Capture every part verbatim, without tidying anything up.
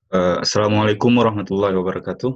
Uh, Assalamualaikum warahmatullahi wabarakatuh.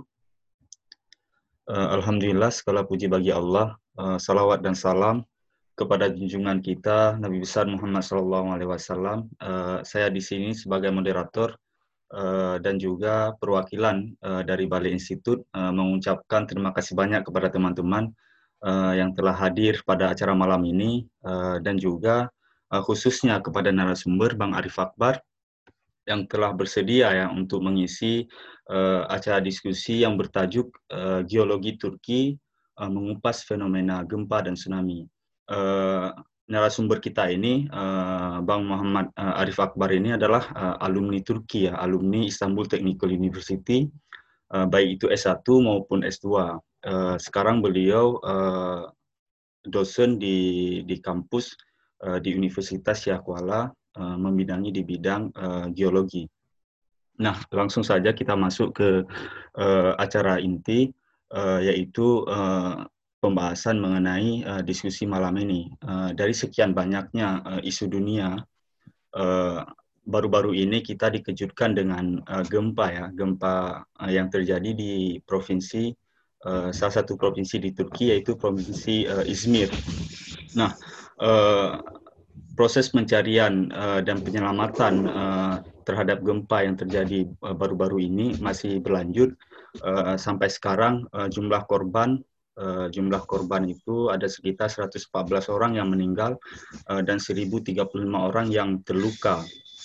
Uh, Alhamdulillah, segala puji bagi Allah. Uh, salawat dan salam kepada junjungan kita Nabi besar Muhammad Shallallahu Alaihi Wasallam. Uh, saya di sini sebagai moderator uh, dan juga perwakilan uh, dari Balai Institut uh, mengucapkan terima kasih banyak kepada teman-teman uh, yang telah hadir pada acara malam ini uh, dan juga uh, khususnya kepada narasumber Bang Arif Akbar yang telah bersedia ya untuk mengisi uh, acara diskusi yang bertajuk uh, Geologi Turki uh, mengupas fenomena gempa dan tsunami. Uh, narasumber kita ini, uh, Bang Muhammad uh, Arif Akbar ini adalah uh, alumni Turki ya, alumni Istanbul Technical University, uh, baik itu S satu maupun S dua. Uh, sekarang beliau uh, dosen di di kampus uh, di Universitas Syah Kuala, uh, membidangi di bidang uh, geologi. Nah, langsung saja kita masuk ke uh, acara inti, uh, yaitu uh, pembahasan mengenai uh, diskusi malam ini. Uh, dari sekian banyaknya uh, isu dunia, uh, baru-baru ini kita dikejutkan dengan uh, gempa ya, gempa uh, yang terjadi di provinsi, uh, salah satu provinsi di Turki, yaitu provinsi uh, Izmir. Nah, uh, proses pencarian uh, dan penyelamatan uh, terhadap gempa yang terjadi uh, baru-baru ini masih berlanjut. Uh, sampai sekarang uh, jumlah korban uh, jumlah korban itu ada sekitar seratus empat belas orang yang meninggal uh, dan seribu tiga puluh lima orang yang terluka.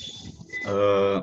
Uh,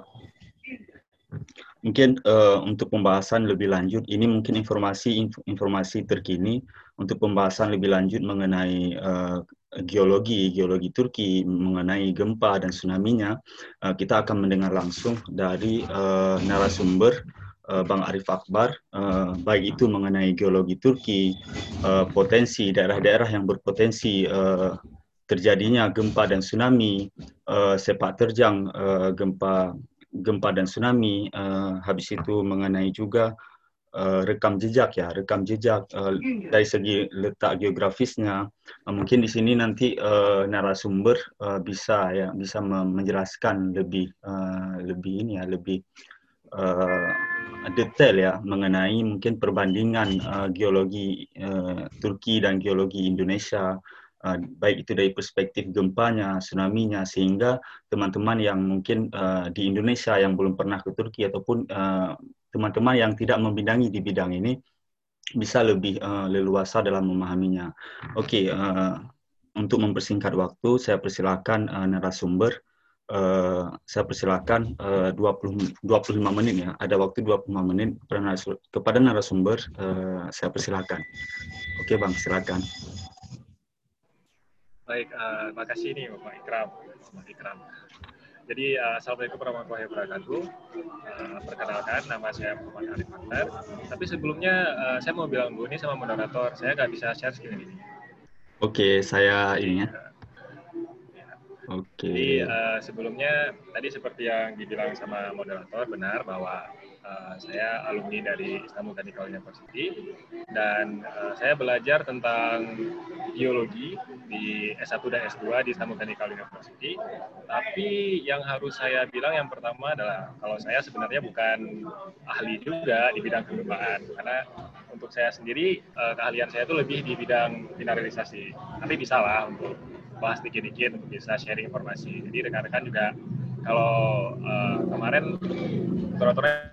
Mungkin uh, untuk pembahasan lebih lanjut, ini mungkin informasi informasi terkini untuk pembahasan lebih lanjut mengenai uh, geologi, geologi Turki, mengenai gempa dan tsunami-nya, uh, kita akan mendengar langsung dari uh, narasumber uh, Bang Arif Akbar, uh, baik itu mengenai geologi Turki, uh, potensi daerah-daerah yang berpotensi uh, terjadinya gempa dan tsunami, uh, sepak terjang uh, gempa gempa dan tsunami, uh, habis itu mengenai juga uh, rekam jejak ya, rekam jejak uh, dari segi letak geografisnya. Uh, mungkin di sini nanti uh, narasumber uh, bisa ya bisa menjelaskan lebih uh, lebih ini ya, lebih uh, detail ya mengenai mungkin perbandingan uh, geologi uh, Turki dan geologi Indonesia. Uh, baik itu dari perspektif gempanya, tsunami-nya, sehingga teman-teman yang mungkin uh, di Indonesia yang belum pernah ke Turki ataupun uh, teman-teman yang tidak membidangi di bidang ini bisa lebih uh, leluasa dalam memahaminya. Oke, okay, uh, untuk mempersingkat waktu, saya persilakan uh, narasumber. Uh, saya persilakan uh, dua puluh, dua puluh lima menit ya. Ada waktu dua puluh lima menit kepada narasumber. Uh, saya persilakan. Oke, okay, Bang, silakan. Baik, uh, terima kasih nih Bapak Ikram. Bapak Ikram. Jadi, uh, Assalamualaikum warahmatullahi wabarakatuh. Uh, perkenalkan, nama saya Muhammad Arif Akbar. Tapi sebelumnya, uh, saya mau bilang dulu nih sama moderator, saya nggak bisa share screen ini. Oke, okay, saya Jadi, ini ya. Uh, ya. Oke. Okay. Jadi, uh, sebelumnya, tadi seperti yang dibilang sama moderator, benar bahwa uh, saya alumni dari Istanbul Technical University, dan uh, saya belajar tentang geologi di S satu dan S dua di Istanbul Technical University. Tapi yang harus saya bilang yang pertama adalah kalau saya sebenarnya bukan ahli juga di bidang kegempaan, karena untuk saya sendiri uh, keahlian saya itu lebih di bidang mineralisasi. Tapi bisa lah untuk bahas dikit-dikit untuk bisa sharing informasi. Jadi rekan-rekan juga kalau uh, kemarin moderatornya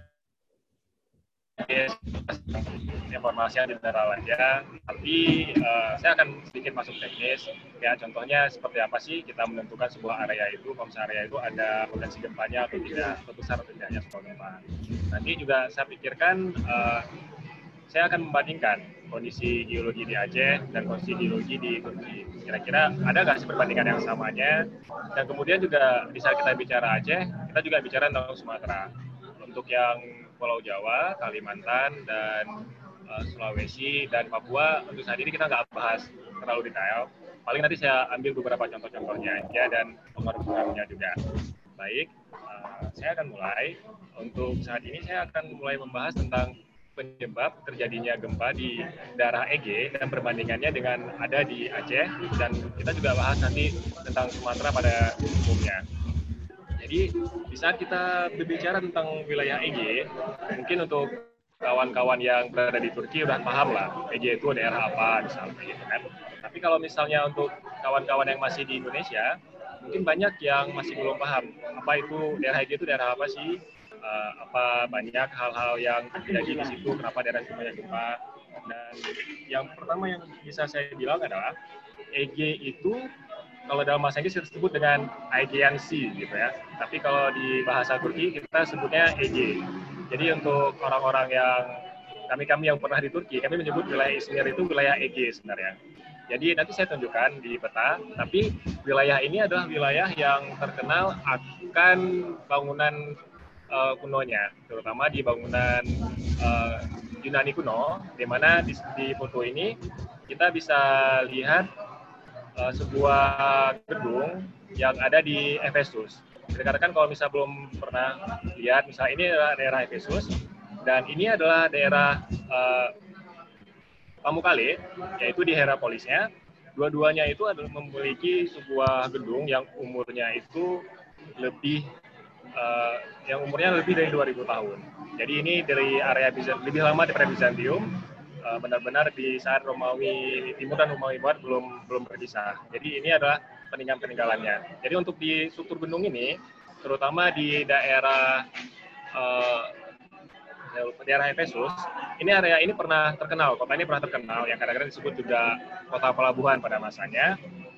informasi yang general aja, tapi uh, saya akan sedikit masuk teknis. Ya, contohnya seperti apa sih kita menentukan sebuah area itu, kalau misalnya area itu ada potensi gempanya atau tidak, atau besar atau tidaknya sebuah gempa. Nanti juga saya pikirkan, uh, saya akan membandingkan kondisi geologi di Aceh dan kondisi geologi di Turki. Kira-kira ada nggak sih perbandingan yang samanya? Dan kemudian juga di saat kita bicara Aceh, kita juga bicara tentang Sumatera. Untuk yang Pulau Jawa, Kalimantan, dan uh, Sulawesi, dan Papua, untuk saat ini kita nggak bahas terlalu detail. Paling nanti saya ambil beberapa contoh-contohnya aja dan pengaruh-pengaruhnya juga. Baik, uh, saya akan mulai. Untuk saat ini saya akan mulai membahas tentang penyebab terjadinya gempa di daerah E G dan perbandingannya dengan ada di Aceh, dan kita juga bahas nanti tentang Sumatera pada umumnya. Jadi di saat kita berbicara tentang wilayah Ege, mungkin untuk kawan-kawan yang berada di Turki udah paham lah Ege itu daerah apa misalnya gitu kan. Tapi kalau misalnya untuk kawan-kawan yang masih di Indonesia, mungkin banyak yang masih belum paham apa itu daerah Ege itu daerah apa sih, uh, apa banyak hal-hal yang terjadi di situ, kenapa daerah itu banyak gempa. Dan yang pertama yang bisa saya bilang adalah Ege itu kalau dalam bahasa Inggris disebut dengan Aegean Sea gitu ya. Tapi kalau di bahasa Turki kita sebutnya Ege. Jadi untuk orang-orang yang kami-kami yang pernah di Turki, kami menyebut wilayah Izmir itu wilayah Ege sebenarnya. Jadi nanti saya tunjukkan di peta, tapi wilayah ini adalah wilayah yang terkenal akan bangunan uh, kunonya, terutama di bangunan uh, Yunani kuno, di mana di, di foto ini kita bisa lihat uh, sebuah gedung yang ada di Efesus. Dikatakan kalau misalnya belum pernah lihat, misalnya ini adalah daerah Efesus, dan ini adalah daerah uh, Pamukkale, yaitu di Hierapolisnya. Dua-duanya itu adalah memiliki sebuah gedung yang umurnya itu lebih uh, yang umurnya lebih dari dua ribu tahun. Jadi ini dari area Bizantium, lebih lama daripada Bizantium, uh, benar-benar di saat Romawi Timur dan Romawi Barat belum belum berpisah. Jadi ini adalah peninggalan-peninggalannya. Jadi untuk di struktur gedung ini, terutama di daerah uh, daerah Efesus, ini area ini pernah terkenal, kota ini pernah terkenal, yang kadang-kadang disebut juga kota pelabuhan pada masanya.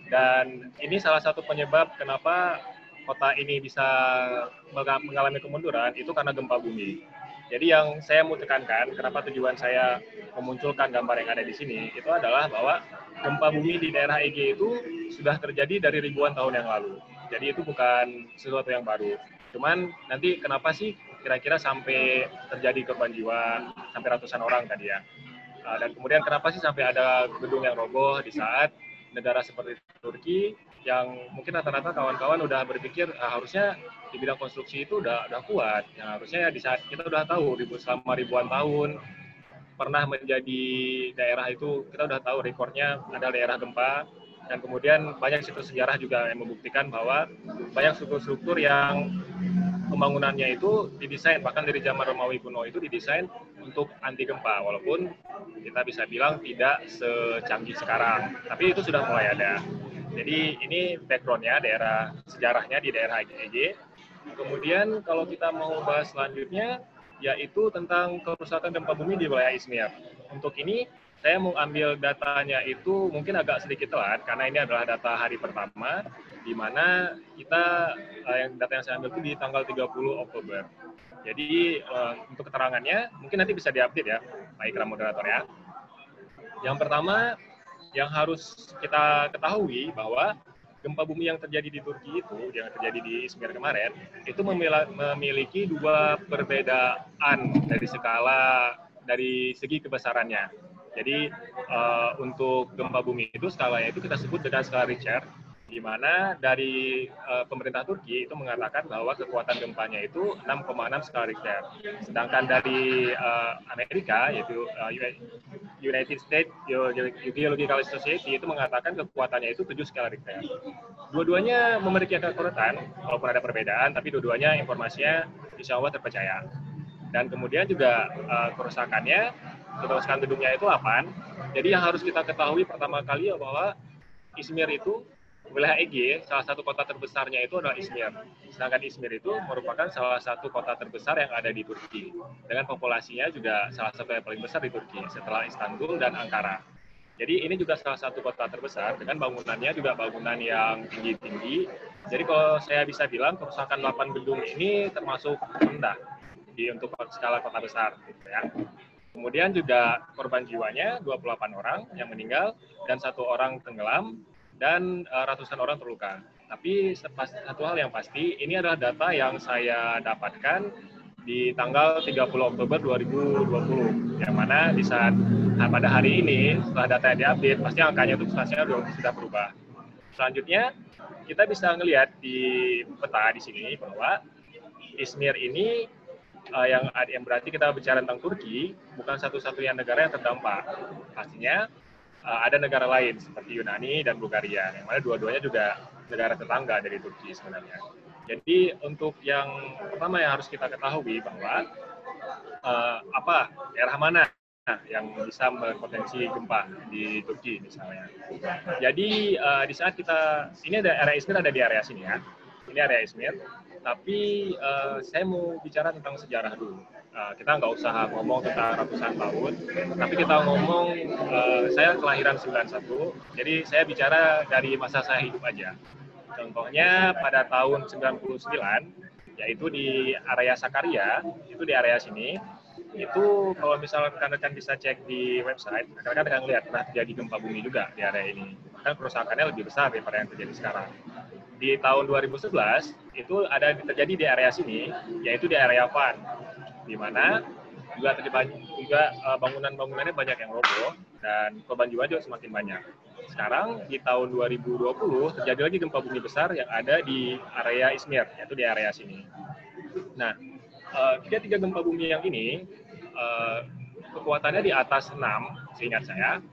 Dan ini salah satu penyebab kenapa kota ini bisa mengalami kemunduran, itu karena gempa bumi. Jadi yang saya mau tekankan, kenapa tujuan saya memunculkan gambar yang ada di sini, itu adalah bahwa gempa bumi di daerah Ege itu sudah terjadi dari ribuan tahun yang lalu. Jadi itu bukan sesuatu yang baru. Cuman nanti kenapa sih kira-kira sampai terjadi korban jiwa, sampai ratusan orang tadi ya. Dan kemudian kenapa sih sampai ada gedung yang roboh di saat negara seperti Turki yang mungkin rata-rata kawan-kawan udah berpikir ah, harusnya di bidang konstruksi itu udah udah kuat. Yang harusnya di saat kita udah tahu ribu, selama ribuan tahun pernah menjadi daerah itu, kita udah tahu rekornya ada daerah gempa. Dan kemudian banyak situs sejarah juga yang membuktikan bahwa banyak struktur-struktur yang pembangunannya itu didesain, bahkan dari zaman Romawi kuno itu didesain untuk anti gempa, walaupun kita bisa bilang tidak secanggih sekarang, tapi itu sudah mulai ada. Jadi ini background-nya, daerah sejarahnya di daerah Ege. Kemudian kalau kita mau bahas selanjutnya, yaitu tentang kerusakan gempa bumi di wilayah Izmir. Untuk ini saya mau ambil datanya itu mungkin agak sedikit telat, karena ini adalah data hari pertama, di mana kita, yang data yang saya ambil itu di tanggal tiga puluh Oktober. Jadi untuk keterangannya, mungkin nanti bisa diupdate ya, Pak Ikram moderator ya. Yang pertama, yang harus kita ketahui bahwa gempa bumi yang terjadi di Turki itu, yang terjadi di Izmir kemarin, itu memiliki dua perbedaan dari skala, dari segi kebesarannya. Jadi uh, untuk gempa bumi itu skalanya itu kita sebut dengan skala Richter, di mana dari uh, pemerintah Turki itu mengatakan bahwa kekuatan gempanya itu enam koma enam skala Richter. Sedangkan dari uh, Amerika, yaitu uh, United States Geological Society, itu mengatakan kekuatannya itu tujuh skala Richter. Dua-duanya memiliki kekuatan, walaupun ada perbedaan, tapi dua-duanya informasinya insya Allah terpercaya. Dan kemudian juga uh, kerusakannya, kerusakan gedungnya itu apa? Jadi yang harus kita ketahui pertama kali bahwa Izmir itu, wilayah Ege, salah satu kota terbesarnya itu adalah Izmir. Sedangkan Izmir itu merupakan salah satu kota terbesar yang ada di Turki. Dengan populasinya juga salah satu yang paling besar di Turki, setelah Istanbul dan Ankara. Jadi ini juga salah satu kota terbesar, dengan bangunannya juga bangunan yang tinggi-tinggi. Jadi kalau saya bisa bilang, kerusakan delapan gedung ini termasuk rendah di untuk skala kota besar. Gitu ya. Kemudian juga korban jiwanya dua puluh delapan orang yang meninggal, dan satu orang tenggelam, dan uh, ratusan orang terluka. Tapi satu hal yang pasti, ini adalah data yang saya dapatkan di tanggal tiga puluh Oktober dua ribu dua puluh, yang mana di saat nah, pada hari ini, setelah data yang diupdate, pasti angkanya itu substansinya sudah berubah. Selanjutnya, kita bisa melihat di peta di sini bahwa Izmir ini Uh, yang, yang berarti kita bicara tentang Turki, bukan satu-satunya negara yang terdampak. Pastinya uh, ada negara lain seperti Yunani dan Bulgaria, yang mana dua-duanya juga negara tetangga dari Turki sebenarnya. Jadi untuk yang pertama yang harus kita ketahui bahwa uh, apa daerah mana yang bisa berpotensi gempa di Turki misalnya. Jadi uh, di saat kita ini ada area Izmir ada di area sini ya. Ini area Izmir. Tapi uh, saya mau bicara tentang sejarah dulu. Uh, kita nggak usah ngomong tentang ratusan tahun, tapi kita ngomong uh, saya kelahiran sembilan satu, jadi saya bicara dari masa saya hidup aja. Contohnya pada tahun sembilan puluh sembilan, yaitu di area Sakarya, itu di area sini, itu kalau misalnya rekan-rekan bisa cek di website, rekan-rekan akan lihat pernah terjadi gempa bumi juga di area ini. Bahkan kerusakannya lebih besar daripada yang terjadi sekarang. Di tahun dua ribu sebelas, itu ada terjadi di area sini, yaitu di area Van, di mana juga terjadi juga bangunan-bangunannya banyak yang roboh, dan korban jiwa juga semakin banyak. Sekarang di tahun dua ribu dua puluh terjadi lagi gempa bumi besar yang ada di area Izmir, yaitu di area sini. Nah, tiga-tiga gempa bumi yang ini kekuatannya di atas enam, seingat saya,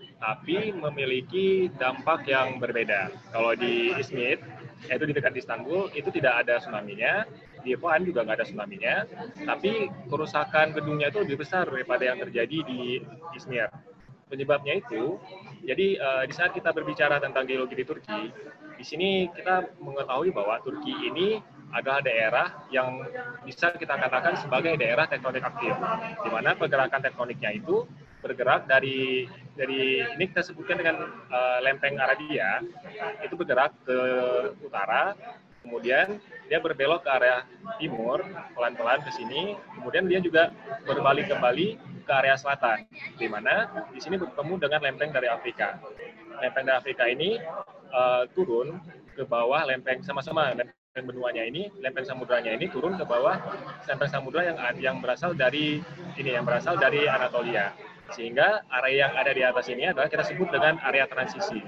tapi memiliki dampak yang berbeda. Kalau di Izmir, yaitu di dekat Istanbul, itu tidak ada tsunami-nya. Di Van juga nggak ada tsunami-nya, tapi kerusakan gedungnya itu lebih besar daripada yang terjadi di Izmir. Penyebabnya itu, jadi uh, di saat kita berbicara tentang geologi di Turki, di sini kita mengetahui bahwa Turki ini adalah daerah yang bisa kita katakan sebagai daerah tektonik aktif, di mana pergerakan tektoniknya itu bergerak dari dari ini kita sebutkan dengan uh, lempeng Arabia, itu bergerak ke utara, kemudian dia berbelok ke area timur, pelan-pelan ke sini, kemudian dia juga berbalik kembali ke area selatan, di mana di sini bertemu dengan lempeng dari Afrika. Lempeng dari Afrika ini uh, turun ke bawah lempeng sama-sama lempeng benuanya ini, lempeng samudranya ini turun ke bawah lempeng samudra yang yang berasal dari ini yang berasal dari Anatolia. Sehingga area yang ada di atas ini adalah kita sebut dengan area transisi.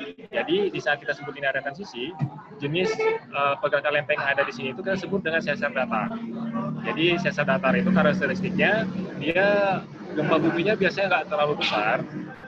Jadi di saat kita sebut ini area transisi, jenis uh, pergerakan lempeng yang ada di sini itu kita sebut dengan sesar datar. Jadi sesar datar itu karakteristiknya dia gempa buminya biasanya nggak terlalu besar,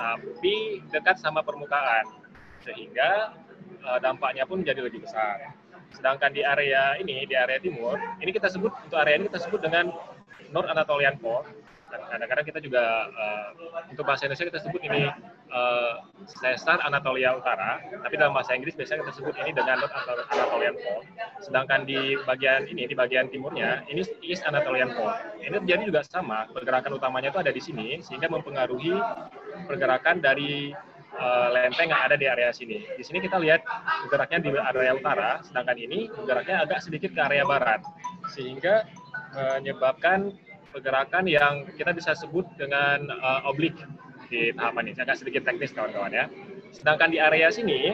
tapi dekat sama permukaan, sehingga uh, dampaknya pun menjadi lebih besar. Sedangkan di area ini, di area timur, ini kita sebut untuk area ini kita sebut dengan North Anatolian Fault. Dan kadang-kadang kita juga uh, untuk bahasa Indonesia kita sebut ini uh, sesar Anatolia Utara, tapi dalam bahasa Inggris biasanya kita sebut ini dengan North Anatolian Fault. Sedangkan di bagian ini, di bagian timurnya, ini East Anatolian Fault. Ini terjadi juga sama, pergerakan utamanya itu ada di sini, sehingga mempengaruhi pergerakan dari uh, lempeng yang ada di area sini. Di sini kita lihat geraknya di area utara, sedangkan ini geraknya agak sedikit ke area barat, sehingga menyebabkan pergerakan yang kita bisa sebut dengan uh, oblik di tahapan ini. Agak sedikit teknis kawan-kawan ya. Sedangkan di area sini,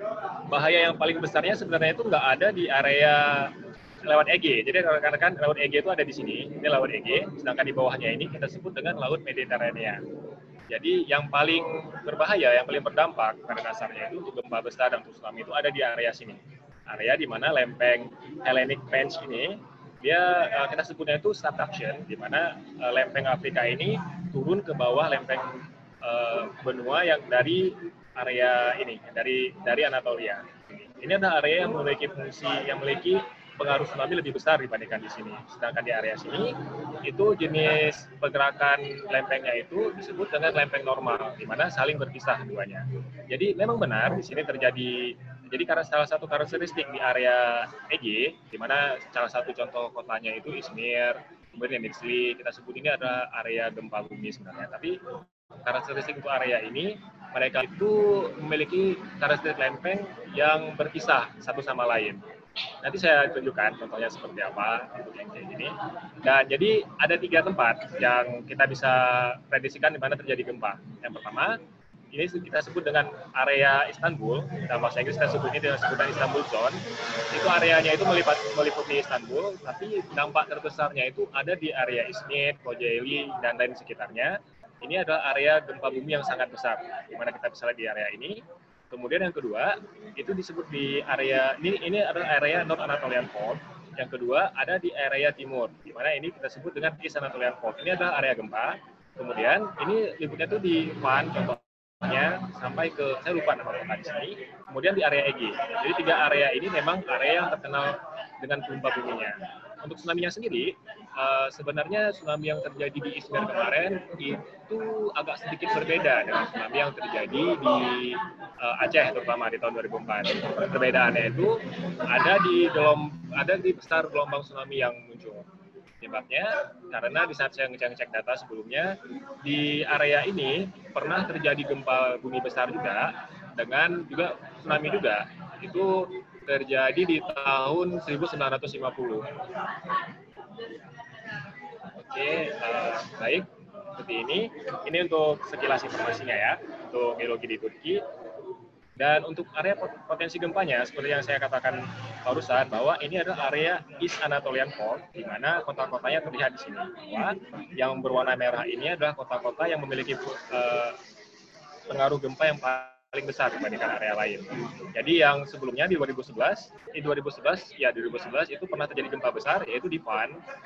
bahaya yang paling besarnya sebenarnya itu nggak ada di area Laut Ege. Jadi rekan-rekan Laut Ege itu ada di sini, ini Laut Ege. Sedangkan di bawahnya ini kita sebut dengan Laut Mediterania. Jadi yang paling berbahaya, yang paling berdampak pada dasarnya itu untuk gempa besar dan tsunami itu ada di area sini. Area di mana lempeng Hellenic Bench ini dia uh, kita sebutnya itu subduction, di mana uh, lempeng Afrika ini turun ke bawah lempeng uh, benua yang dari area ini, dari dari Anatolia. Ini adalah area yang memiliki fungsi, yang memiliki pengaruh tsunami lebih besar dibandingkan di sini. Sedangkan di area sini itu jenis pergerakan lempengnya itu disebut dengan lempeng normal, di mana saling berpisah keduanya. Jadi memang benar di sini terjadi. Jadi karena salah satu karakteristik di area Ege, di mana salah satu contoh kotanya itu Izmir, kemudian Denizli, kita sebut ini adalah area gempa bumi sebenarnya. Tapi karakteristik untuk area ini, mereka itu memiliki karakteristik lempeng yang berpisah satu sama lain. Nanti saya tunjukkan contohnya seperti apa untuk yang kayak gini. Dan jadi ada tiga tempat yang kita bisa prediksikan di mana terjadi gempa. Yang pertama, ini kita sebut dengan area Istanbul, dalam bahasa Inggris kita sebut ini dengan sebutan Istanbul Zone. Itu areanya itu melipat, meliputi Istanbul, tapi dampak terbesarnya itu ada di area Izmir, Kocaeli, dan lain sekitarnya. Ini adalah area gempa bumi yang sangat besar, di mana kita bisa lihat di area ini. Kemudian yang kedua, itu disebut di area, ini, ini adalah area North Anatolian Fault. Yang kedua, ada di area timur, di mana ini kita sebut dengan East Anatolian Fault. Ini adalah area gempa. Kemudian, ini liputannya itu di Van, contoh sampai ke, saya lupa nama kota di sini, kemudian di area E G. Jadi tiga area ini memang area yang terkenal dengan gempa buminya. Untuk tsunami-nya sendiri, uh, sebenarnya tsunami yang terjadi di Izmir kemarin itu agak sedikit berbeda dengan tsunami yang terjadi di uh, Aceh, terutama di tahun dua ribu empat. Perbedaannya itu ada di gelom, ada di besar gelombang tsunami yang muncul. Penyebabnya karena di saat saya ngecek-ngecek data sebelumnya, di area ini pernah terjadi gempa bumi besar juga, dengan juga tsunami juga. Itu terjadi di tahun seribu sembilan ratus lima puluh. Oke, uh, baik. Seperti ini. Ini untuk sekilas informasinya ya, untuk geologi di Turki. Dan untuk area potensi gempanya, seperti yang saya katakan barusan, bahwa ini adalah area East Anatolian Fault, di mana kota-kotanya terlihat di sini. Bahwa yang berwarna merah ini adalah kota-kota yang memiliki uh, pengaruh gempa yang paling besar dibandingkan area lain. Jadi yang sebelumnya di dua ribu sebelas, di dua ribu sebelas, ya dua ribu sebelas itu pernah terjadi gempa besar, yaitu di Van.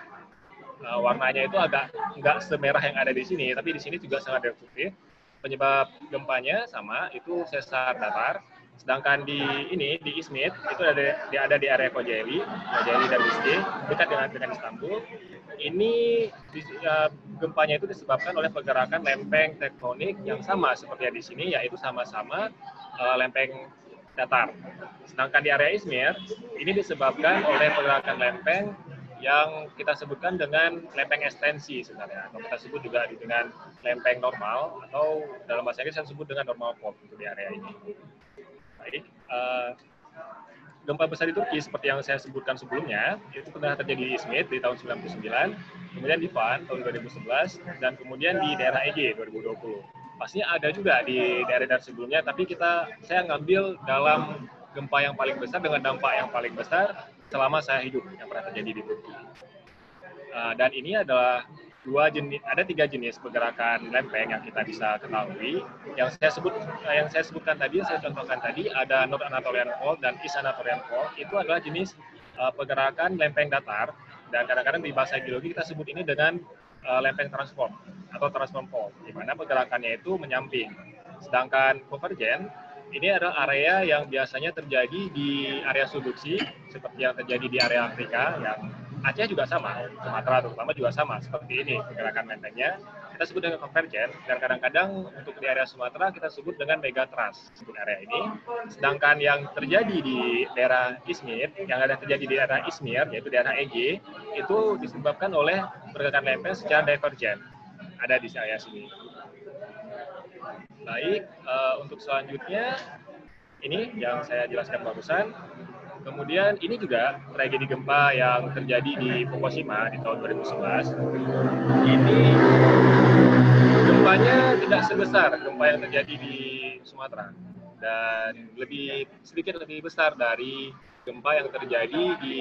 Uh, warnanya itu agak nggak semerah yang ada di sini, tapi di sini juga sangat eruptif. Penyebab gempanya sama, itu sesar datar. Sedangkan di ini di Izmit itu ada di ada di area Kocaeli, Kocaeli dan Bizke, dekat dengan dengan Istanbul. Ini uh, gempanya itu disebabkan oleh pergerakan lempeng tektonik yang sama seperti yang di sini, yaitu sama-sama uh, lempeng datar. Sedangkan di area Izmir ini disebabkan oleh pergerakan lempeng yang kita sebutkan dengan lempeng ekstensi sebenarnya, atau kita sebut juga dengan lempeng normal, atau dalam bahasa Inggris saya sebut dengan normal fault untuk di area ini. Baik, uh, gempa besar di Turki seperti yang saya sebutkan sebelumnya, itu pernah terjadi di Izmit di tahun sembilan puluh sembilan, kemudian di Van tahun dua ribu sebelas, dan kemudian di daerah E G dua ribu dua puluh. Pastinya ada juga di daerah-daerah sebelumnya, tapi kita saya ngambil dalam gempa yang paling besar dengan dampak yang paling besar selama saya hidup yang pernah terjadi di Turki. Uh, dan ini adalah dua jenis, ada tiga jenis pergerakan lempeng yang kita bisa ketahui. Yang saya sebut, yang saya sebutkan tadi, saya contohkan tadi, ada North Anatolian Fault dan East Anatolian Fault. Itu adalah jenis uh, pergerakan lempeng datar, dan kadang-kadang di bahasa geologi kita sebut ini dengan uh, lempeng transform atau transform fault, di mana pergerakannya itu menyamping. Sedangkan convergent ini adalah area yang biasanya terjadi di area subduksi, seperti yang terjadi di area Afrika, yang Aceh juga sama, Sumatera terutama juga sama, seperti ini pergerakan lempengnya. Kita sebut dengan convergent, dan kadang-kadang untuk di area Sumatera kita sebut dengan megathrust untuk area ini. Sedangkan yang terjadi di daerah Izmir, yang ada terjadi di daerah Izmir, yaitu daerah E G, itu disebabkan oleh pergerakan lempeng secara divergent, ada di area sini. Baik, uh, untuk selanjutnya, ini yang saya jelaskan barusan. Kemudian ini juga tragedi gempa yang terjadi di Fukushima di tahun dua ribu sebelas. Ini gempanya tidak sebesar gempa yang terjadi di Sumatera, dan lebih sedikit lebih besar dari gempa yang terjadi di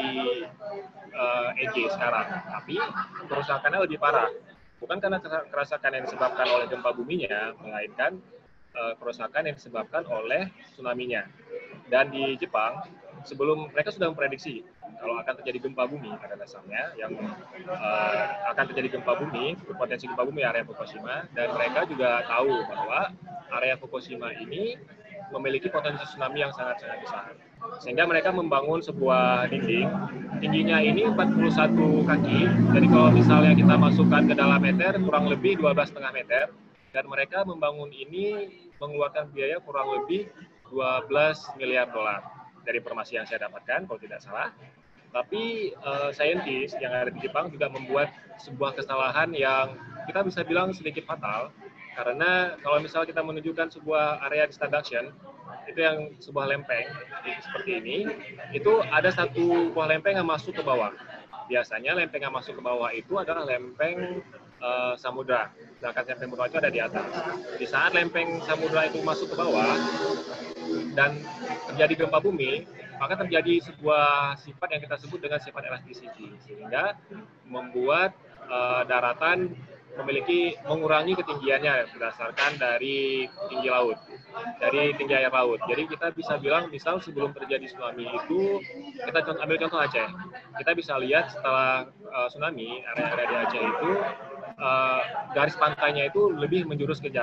uh, E G sekarang. Tapi kerusakannya lebih parah. Bukan karena kerusakan yang disebabkan oleh gempa buminya, melainkan uh, kerusakan yang disebabkan oleh tsunami-nya. Dan di Jepang, sebelum mereka sudah memprediksi kalau akan terjadi gempa bumi pada dasarnya, yang uh, akan terjadi gempa bumi, berpotensi gempa bumi area Fukushima, dan mereka juga tahu bahwa area Fukushima ini memiliki potensi tsunami yang sangat-sangat besar. Sehingga mereka membangun sebuah dinding, tingginya ini empat puluh satu kaki, jadi kalau misalnya kita masukkan ke dalam meter, kurang lebih dua belas koma lima meter, dan mereka membangun ini mengeluarkan biaya kurang lebih dua belas miliar dolar. Dari informasi yang saya dapatkan, kalau tidak salah. Tapi uh, saintis yang ada di Jepang juga membuat sebuah kesalahan yang kita bisa bilang sedikit fatal, karena kalau misalnya kita menunjukkan sebuah area disturbance, itu yang sebuah lempeng seperti ini, itu ada satu buah lempeng yang masuk ke bawah. Biasanya lempeng yang masuk ke bawah itu adalah lempeng uh, samudra, sedangkan lempeng bawah itu ada di atas. Di saat lempeng samudra itu masuk ke bawah dan terjadi gempa bumi, maka terjadi sebuah sifat yang kita sebut dengan sifat elasticity, sehingga membuat uh, daratan memiliki mengurangi ketinggiannya berdasarkan dari tinggi laut, dari tinggi air laut. Jadi kita bisa bilang, misal sebelum terjadi tsunami itu, kita ambil contoh Aceh, kita bisa lihat setelah uh, tsunami area-area di Aceh itu uh, garis pantainya itu lebih menjurus ke darat.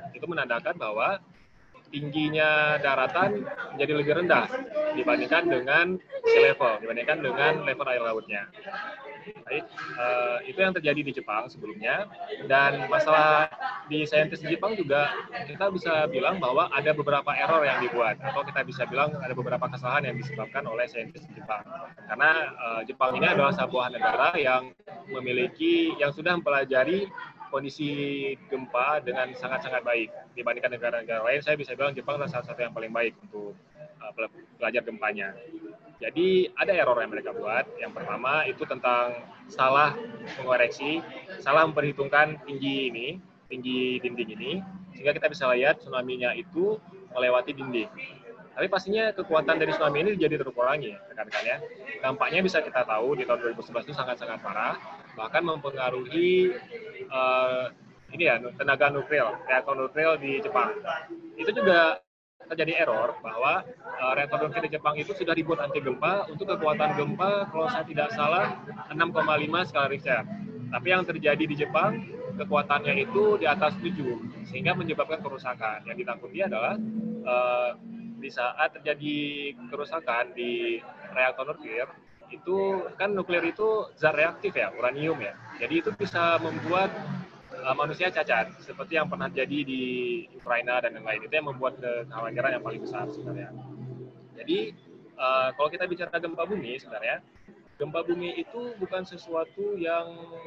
Itu menandakan bahwa tingginya daratan menjadi lebih rendah dibandingkan dengan sea level, dibandingkan dengan level air lautnya. Baik, uh, itu yang terjadi di Jepang sebelumnya. Dan masalah di saintis di Jepang juga kita bisa bilang bahwa ada beberapa error yang dibuat, atau kita bisa bilang ada beberapa kesalahan yang disebabkan oleh saintis di Jepang. Karena uh, Jepang ini adalah sebuah negara yang memiliki, yang sudah mempelajari kondisi gempa dengan sangat-sangat baik dibandingkan negara-negara lain. Saya bisa bilang Jepang adalah salah satu yang paling baik untuk uh, belajar gempanya. Jadi ada error yang mereka buat. Yang pertama itu tentang salah mengoreksi, salah memperhitungkan tinggi ini, tinggi dinding ini, sehingga kita bisa lihat tsunami-nya itu melewati dinding. Tapi pastinya kekuatan dari tsunami ini jadi terukurangi, rekan-rekan ya. Dampaknya bisa kita tahu di tahun dua ribu sebelas itu sangat-sangat parah, bahkan mempengaruhi uh, ini ya tenaga nuklir, reaktor nuklir di Jepang. Itu juga terjadi error bahwa uh, reaktor nuklir di Jepang itu sudah dibuat anti gempa untuk kekuatan gempa kalau saya tidak salah enam koma lima skala Richter. Tapi yang terjadi di Jepang kekuatannya itu di atas tujuh sehingga menyebabkan kerusakan. Yang ditakuti adalah uh, di saat terjadi kerusakan di reaktor nuklir itu kan nuklir itu zat reaktif ya, uranium ya. Jadi itu bisa membuat Uh, manusia cacat, seperti yang pernah jadi di Ukraina dan lain-lain. Itu yang membuat kekhawatiran yang paling besar sebenarnya. Jadi uh, kalau kita bicara gempa bumi sebenarnya, gempa bumi itu bukan sesuatu yang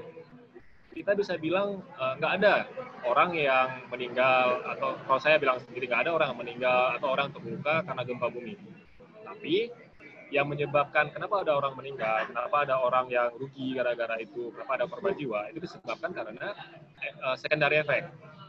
kita bisa bilang uh, nggak ada orang yang meninggal, atau kalau saya bilang sendiri nggak ada orang yang meninggal atau orang terluka karena gempa bumi. Tapi yang menyebabkan kenapa ada orang meninggal, kenapa ada orang yang rugi gara-gara itu, kenapa ada korban jiwa, itu disebabkan karena uh, secondary effect.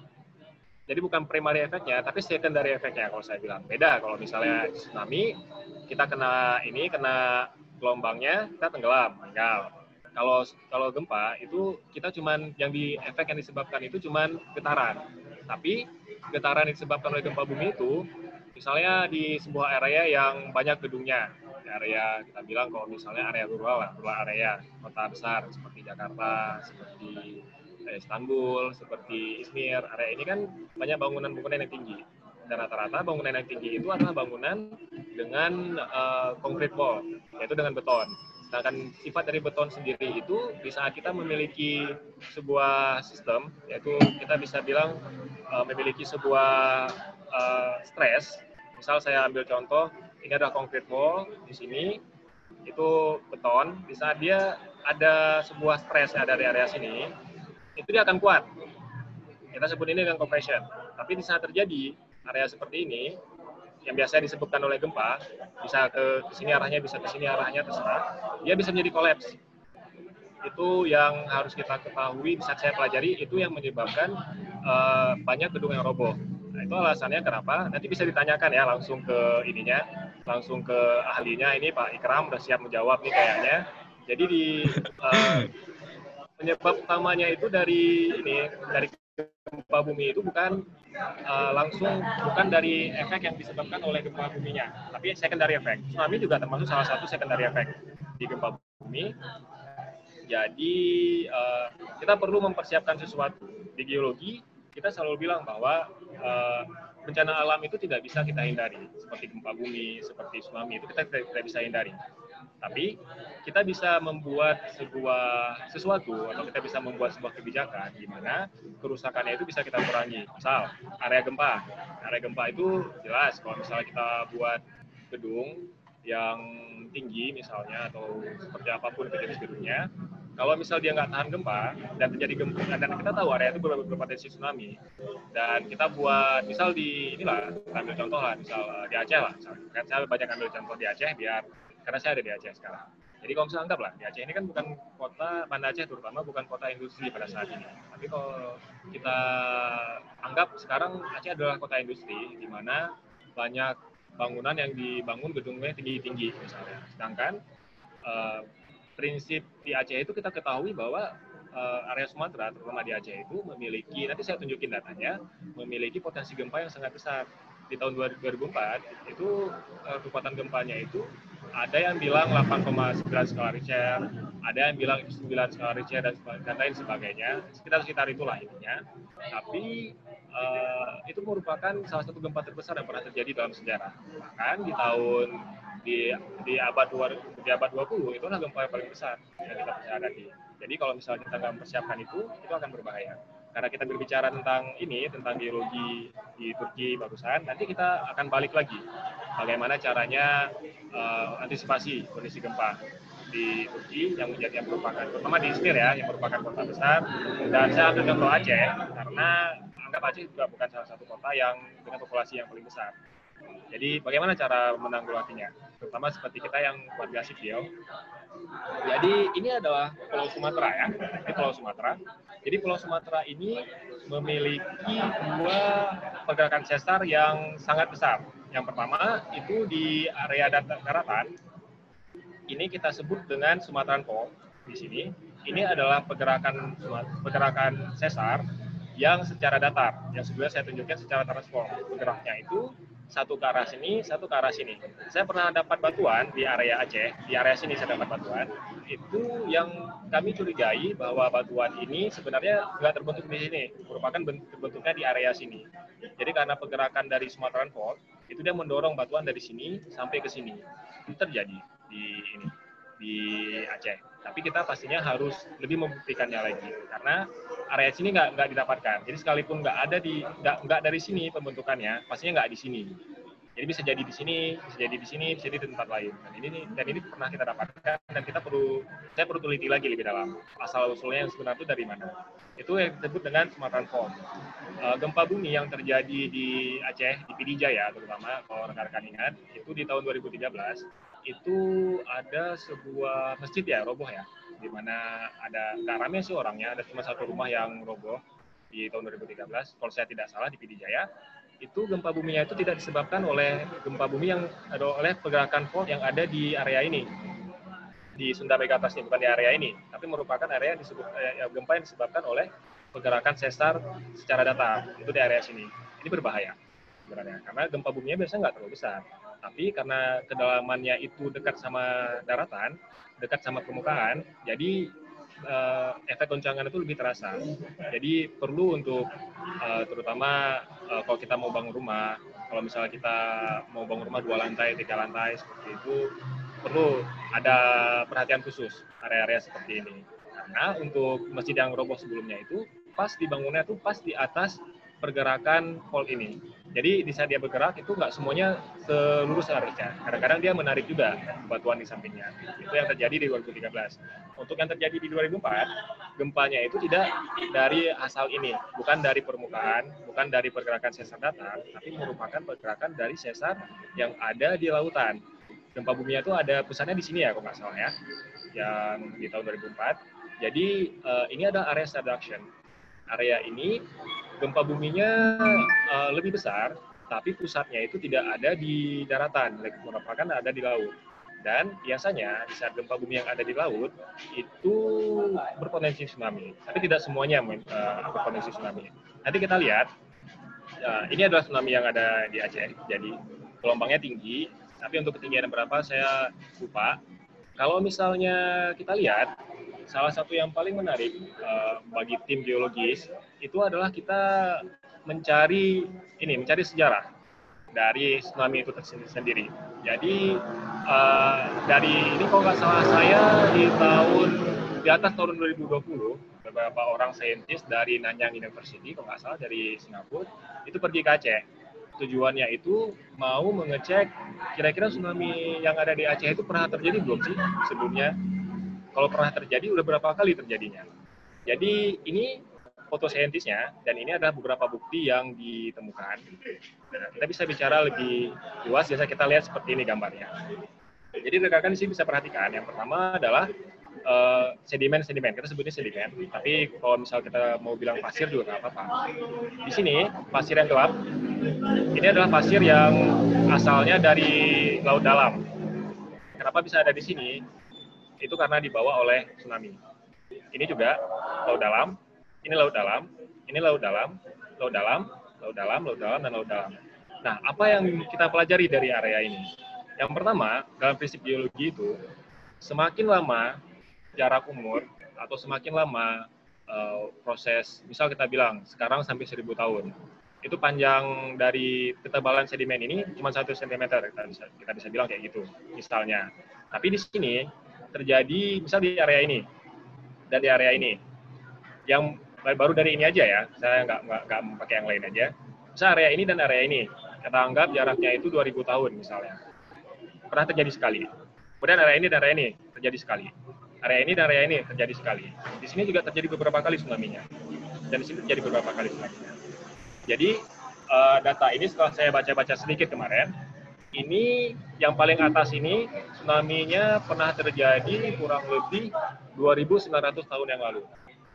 Jadi bukan primary efeknya, tapi secondary efeknya kalau saya bilang. Beda kalau misalnya tsunami, kita kena ini, kena gelombangnya, kita tenggelam, meninggal. Kalau kalau gempa itu kita cuman yang di efek yang disebabkan itu cuman getaran. Tapi getaran yang disebabkan oleh gempa bumi itu misalnya di sebuah area yang banyak gedungnya, area kita bilang kalau misalnya area rural lah, rural area, kota besar seperti Jakarta, seperti Istanbul, seperti Izmir, area ini kan banyak bangunan-bangunan yang tinggi. Dan rata-rata bangunan yang tinggi itu adalah bangunan dengan uh, concrete wall, yaitu dengan beton. Sedangkan sifat dari beton sendiri itu di saat kita memiliki sebuah sistem, yaitu kita bisa bilang uh, memiliki sebuah uh, stres. Misal saya ambil contoh, ini adalah concrete wall, di sini itu beton. Di saat dia ada sebuah stres yang ada di area sini, itu dia akan kuat. Kita sebut ini dengan compression. Tapi di saat terjadi area seperti ini, yang biasa disebutkan oleh gempa, bisa ke sini arahnya, bisa ke sini arahnya, terserah, dia bisa menjadi kolaps. Itu yang harus kita ketahui, di saat saya pelajari, itu yang menyebabkan uh, banyak gedung yang roboh. Nah, itu alasannya kenapa, nanti bisa ditanyakan ya langsung ke ininya, langsung ke ahlinya, ini Pak Ikram udah siap menjawab nih kayaknya. Jadi di uh, penyebab utamanya itu dari ini, dari gempa bumi itu bukan uh, langsung bukan dari efek yang disebabkan oleh gempa buminya, tapi secondary effect. Tsunami juga termasuk salah satu secondary effect di gempa bumi. Jadi uh, kita perlu mempersiapkan sesuatu. Di geologi kita selalu bilang bahwa uh, bencana alam itu tidak bisa kita hindari, seperti gempa bumi, seperti tsunami itu kita tidak, tidak bisa hindari. Tapi kita bisa membuat sebuah sesuatu atau kita bisa membuat sebuah kebijakan di mana kerusakannya itu bisa kita kurangi. Misal area gempa, area gempa itu jelas kalau misalnya kita buat gedung yang tinggi misalnya atau seperti apapun jenis gedungnya, kalau misal dia nggak tahan gempa dan terjadi gempa, dan kita tahu area itu berpotensi tsunami, dan kita buat misal di inilah ambil contoh lah, misal di Aceh lah, kan saya banyak ambil contoh di Aceh biar karena saya ada di Aceh sekarang. Jadi kalau misalnya anggaplah di Aceh ini kan bukan kota, Banda Aceh terutama bukan kota industri pada saat ini. Tapi kalau kita anggap sekarang Aceh adalah kota industri di mana banyak bangunan yang dibangun gedungnya tinggi-tinggi misalnya. Sedangkan uh, prinsip di Aceh itu kita ketahui bahwa uh, area Sumatera terutama di Aceh itu memiliki, nanti saya tunjukin datanya, memiliki potensi gempa yang sangat besar. Di tahun dua ribu empat itu uh, kekuatan gempanya itu ada yang bilang delapan koma sembilan skala Richter, ada yang bilang itu sembilan skala Richter dan, dan lain sebagainya, sekitar-sekitar itulah intinya. Tapi uh, itu merupakan salah satu gempa terbesar yang pernah terjadi dalam sejarah. Bahkan di tahun di di abad dua di abad dua puluh itu adalah gempa yang paling besar yang kita pernah hadapi. Jadi kalau misalnya kita nggak mempersiapkan itu, itu akan berbahaya. Karena kita berbicara tentang ini, tentang geologi di Turki barusan, nanti kita akan balik lagi bagaimana caranya uh, antisipasi kondisi gempa di Turki yang menjadi yang merupakan, terutama di Izmir ya, yang merupakan kota besar. Dan saya ambil contoh Aceh karena anggap Aceh juga bukan salah satu kota yang dengan populasi yang paling besar. Jadi bagaimana cara menanggulanginya? Terutama seperti kita yang warga sipil. Jadi ini adalah Pulau Sumatera ya, ini Pulau Sumatera. Jadi Pulau Sumatera ini memiliki dua pergerakan sesar yang sangat besar. Yang pertama itu di area daratan. Ini kita sebut dengan Sumatran Fault di sini. Ini adalah pergerakan pergerakan sesar yang secara datar, yang sebelumnya saya tunjukkan secara transform. Bergeraknya itu satu ke arah sini, satu ke arah sini. Saya pernah dapat batuan di area Aceh, di area sini saya dapat batuan. Itu yang kami curigai bahwa batuan ini sebenarnya nggak terbentuk di sini, merupakan terbentuknya di area sini. Jadi karena pergerakan dari Sumatran Fault, itu dia mendorong batuan dari sini sampai ke sini. Itu terjadi di ini di Aceh. Tapi kita pastinya harus lebih membuktikannya lagi karena area sini nggak nggak didapatkan. Jadi sekalipun nggak ada di nggak nggak dari sini pembentukannya, pastinya nggak di sini. Jadi bisa jadi di sini, bisa jadi di sini, bisa jadi di tempat lain. Dan ini dan ini pernah kita dapatkan dan kita perlu saya perlu teliti lagi lebih dalam asal usulnya yang sebenarnya itu dari mana. Itu yang disebut dengan Sumatran Fault. Uh, gempa bumi yang terjadi di Aceh, di Pidijaya ya, terutama kalau rekan-rekan ingat, itu di tahun dua ribu tiga belas itu ada sebuah masjid ya roboh ya, di mana ada nggak rame sih orangnya, ada cuma satu rumah yang roboh di tahun dua ribu tiga belas, kalau saya tidak salah di Pidijaya. Itu gempa buminya itu tidak disebabkan oleh gempa bumi yang ada oleh pergerakan fault yang ada di area ini, di Sunda Megatrust ini, bukan di area ini, tapi merupakan area yang disebut eh, gempa yang disebabkan oleh pergerakan sesar secara datar, itu di area sini. Ini berbahaya sebenarnya, karena gempa buminya biasanya nggak terlalu besar. Tapi karena kedalamannya itu dekat sama daratan, dekat sama permukaan, jadi uh, efek goncangan itu lebih terasa. Jadi perlu untuk uh, terutama uh, kalau kita mau bangun rumah, kalau misalnya kita mau bangun rumah dua lantai, tiga lantai seperti itu, perlu ada perhatian khusus area-area seperti ini. Karena untuk masjid yang roboh sebelumnya itu pas dibangunnya itu pas di atas pergerakan fault ini. Jadi di saat dia bergerak itu nggak semuanya selurus arahnya. Kadang-kadang dia menarik juga batuan di sampingnya. Itu yang terjadi di dua ribu tiga belas. Untuk yang terjadi di dua ribu empat, gempanya itu tidak dari asal ini, bukan dari permukaan, bukan dari pergerakan sesar datar, tapi merupakan pergerakan dari sesar yang ada di lautan. Gempa buminya itu ada pusatnya di sini ya, kalau nggak salah ya, yang di tahun dua ribu empat. Jadi uh, ini adalah area subduction. Area ini gempa buminya uh, lebih besar, tapi pusatnya itu tidak ada di daratan, merupakan ada di laut. Dan biasanya di saat gempa bumi yang ada di laut itu berpotensi tsunami, tapi tidak semuanya uh, berpotensi tsunami. Nanti kita lihat, uh, ini adalah tsunami yang ada di Aceh, jadi gelombangnya tinggi, tapi untuk ketinggian berapa saya lupa. Kalau misalnya kita lihat, salah satu yang paling menarik uh, bagi tim geologis itu adalah kita mencari ini, mencari sejarah dari tsunami itu sendiri. Jadi uh, dari ini kalau nggak salah saya di tahun di atas tahun dua ribu dua puluh beberapa orang saintis dari Nanyang University kalau nggak salah dari Singapura itu pergi ke Aceh. Tujuannya itu mau mengecek kira-kira tsunami yang ada di Aceh itu pernah terjadi belum sih sebelumnya. Kalau pernah terjadi, udah berapa kali terjadinya. Jadi ini foto saintisnya, dan ini adalah beberapa bukti yang ditemukan. Nah, kita bisa bicara lebih luas, biasa kita lihat seperti ini gambarnya. Jadi rekan-rekan di sini bisa perhatikan, yang pertama adalah uh, sedimen-sedimen, kita sebutnya sedimen, tapi kalau misal kita mau bilang pasir juga nggak apa-apa. Di sini, pasir yang gelap, ini adalah pasir yang asalnya dari laut dalam. Kenapa bisa ada di sini? Itu karena dibawa oleh tsunami. Ini juga laut dalam, ini laut dalam, ini laut dalam, laut dalam, laut dalam, laut dalam, dan laut dalam. Nah, apa yang kita pelajari dari area ini? Yang pertama, dalam prinsip geologi itu, semakin lama jarak umur atau semakin lama uh, proses, misal kita bilang sekarang sampai seribu tahun, itu panjang dari ketebalan sedimen ini cuma satu sentimeter, kita bisa kita bisa bilang kayak gitu misalnya. Tapi di sini terjadi misal di area ini dan di area ini, yang baru dari ini aja ya, saya nggak nggak nggak pakai yang lain aja. Misal area ini dan area ini, kita anggap jaraknya itu dua ribu tahun misalnya. Pernah terjadi sekali. Kemudian area ini dan area ini terjadi sekali. Area ini dan area ini terjadi sekali. Di sini juga terjadi beberapa kali tsunami-nya. Dan di sini terjadi beberapa kali tsunami-nya. Jadi uh, data ini setelah saya baca-baca sedikit kemarin, ini yang paling atas ini tsunami-nya pernah terjadi kurang lebih dua ribu sembilan ratus tahun yang lalu.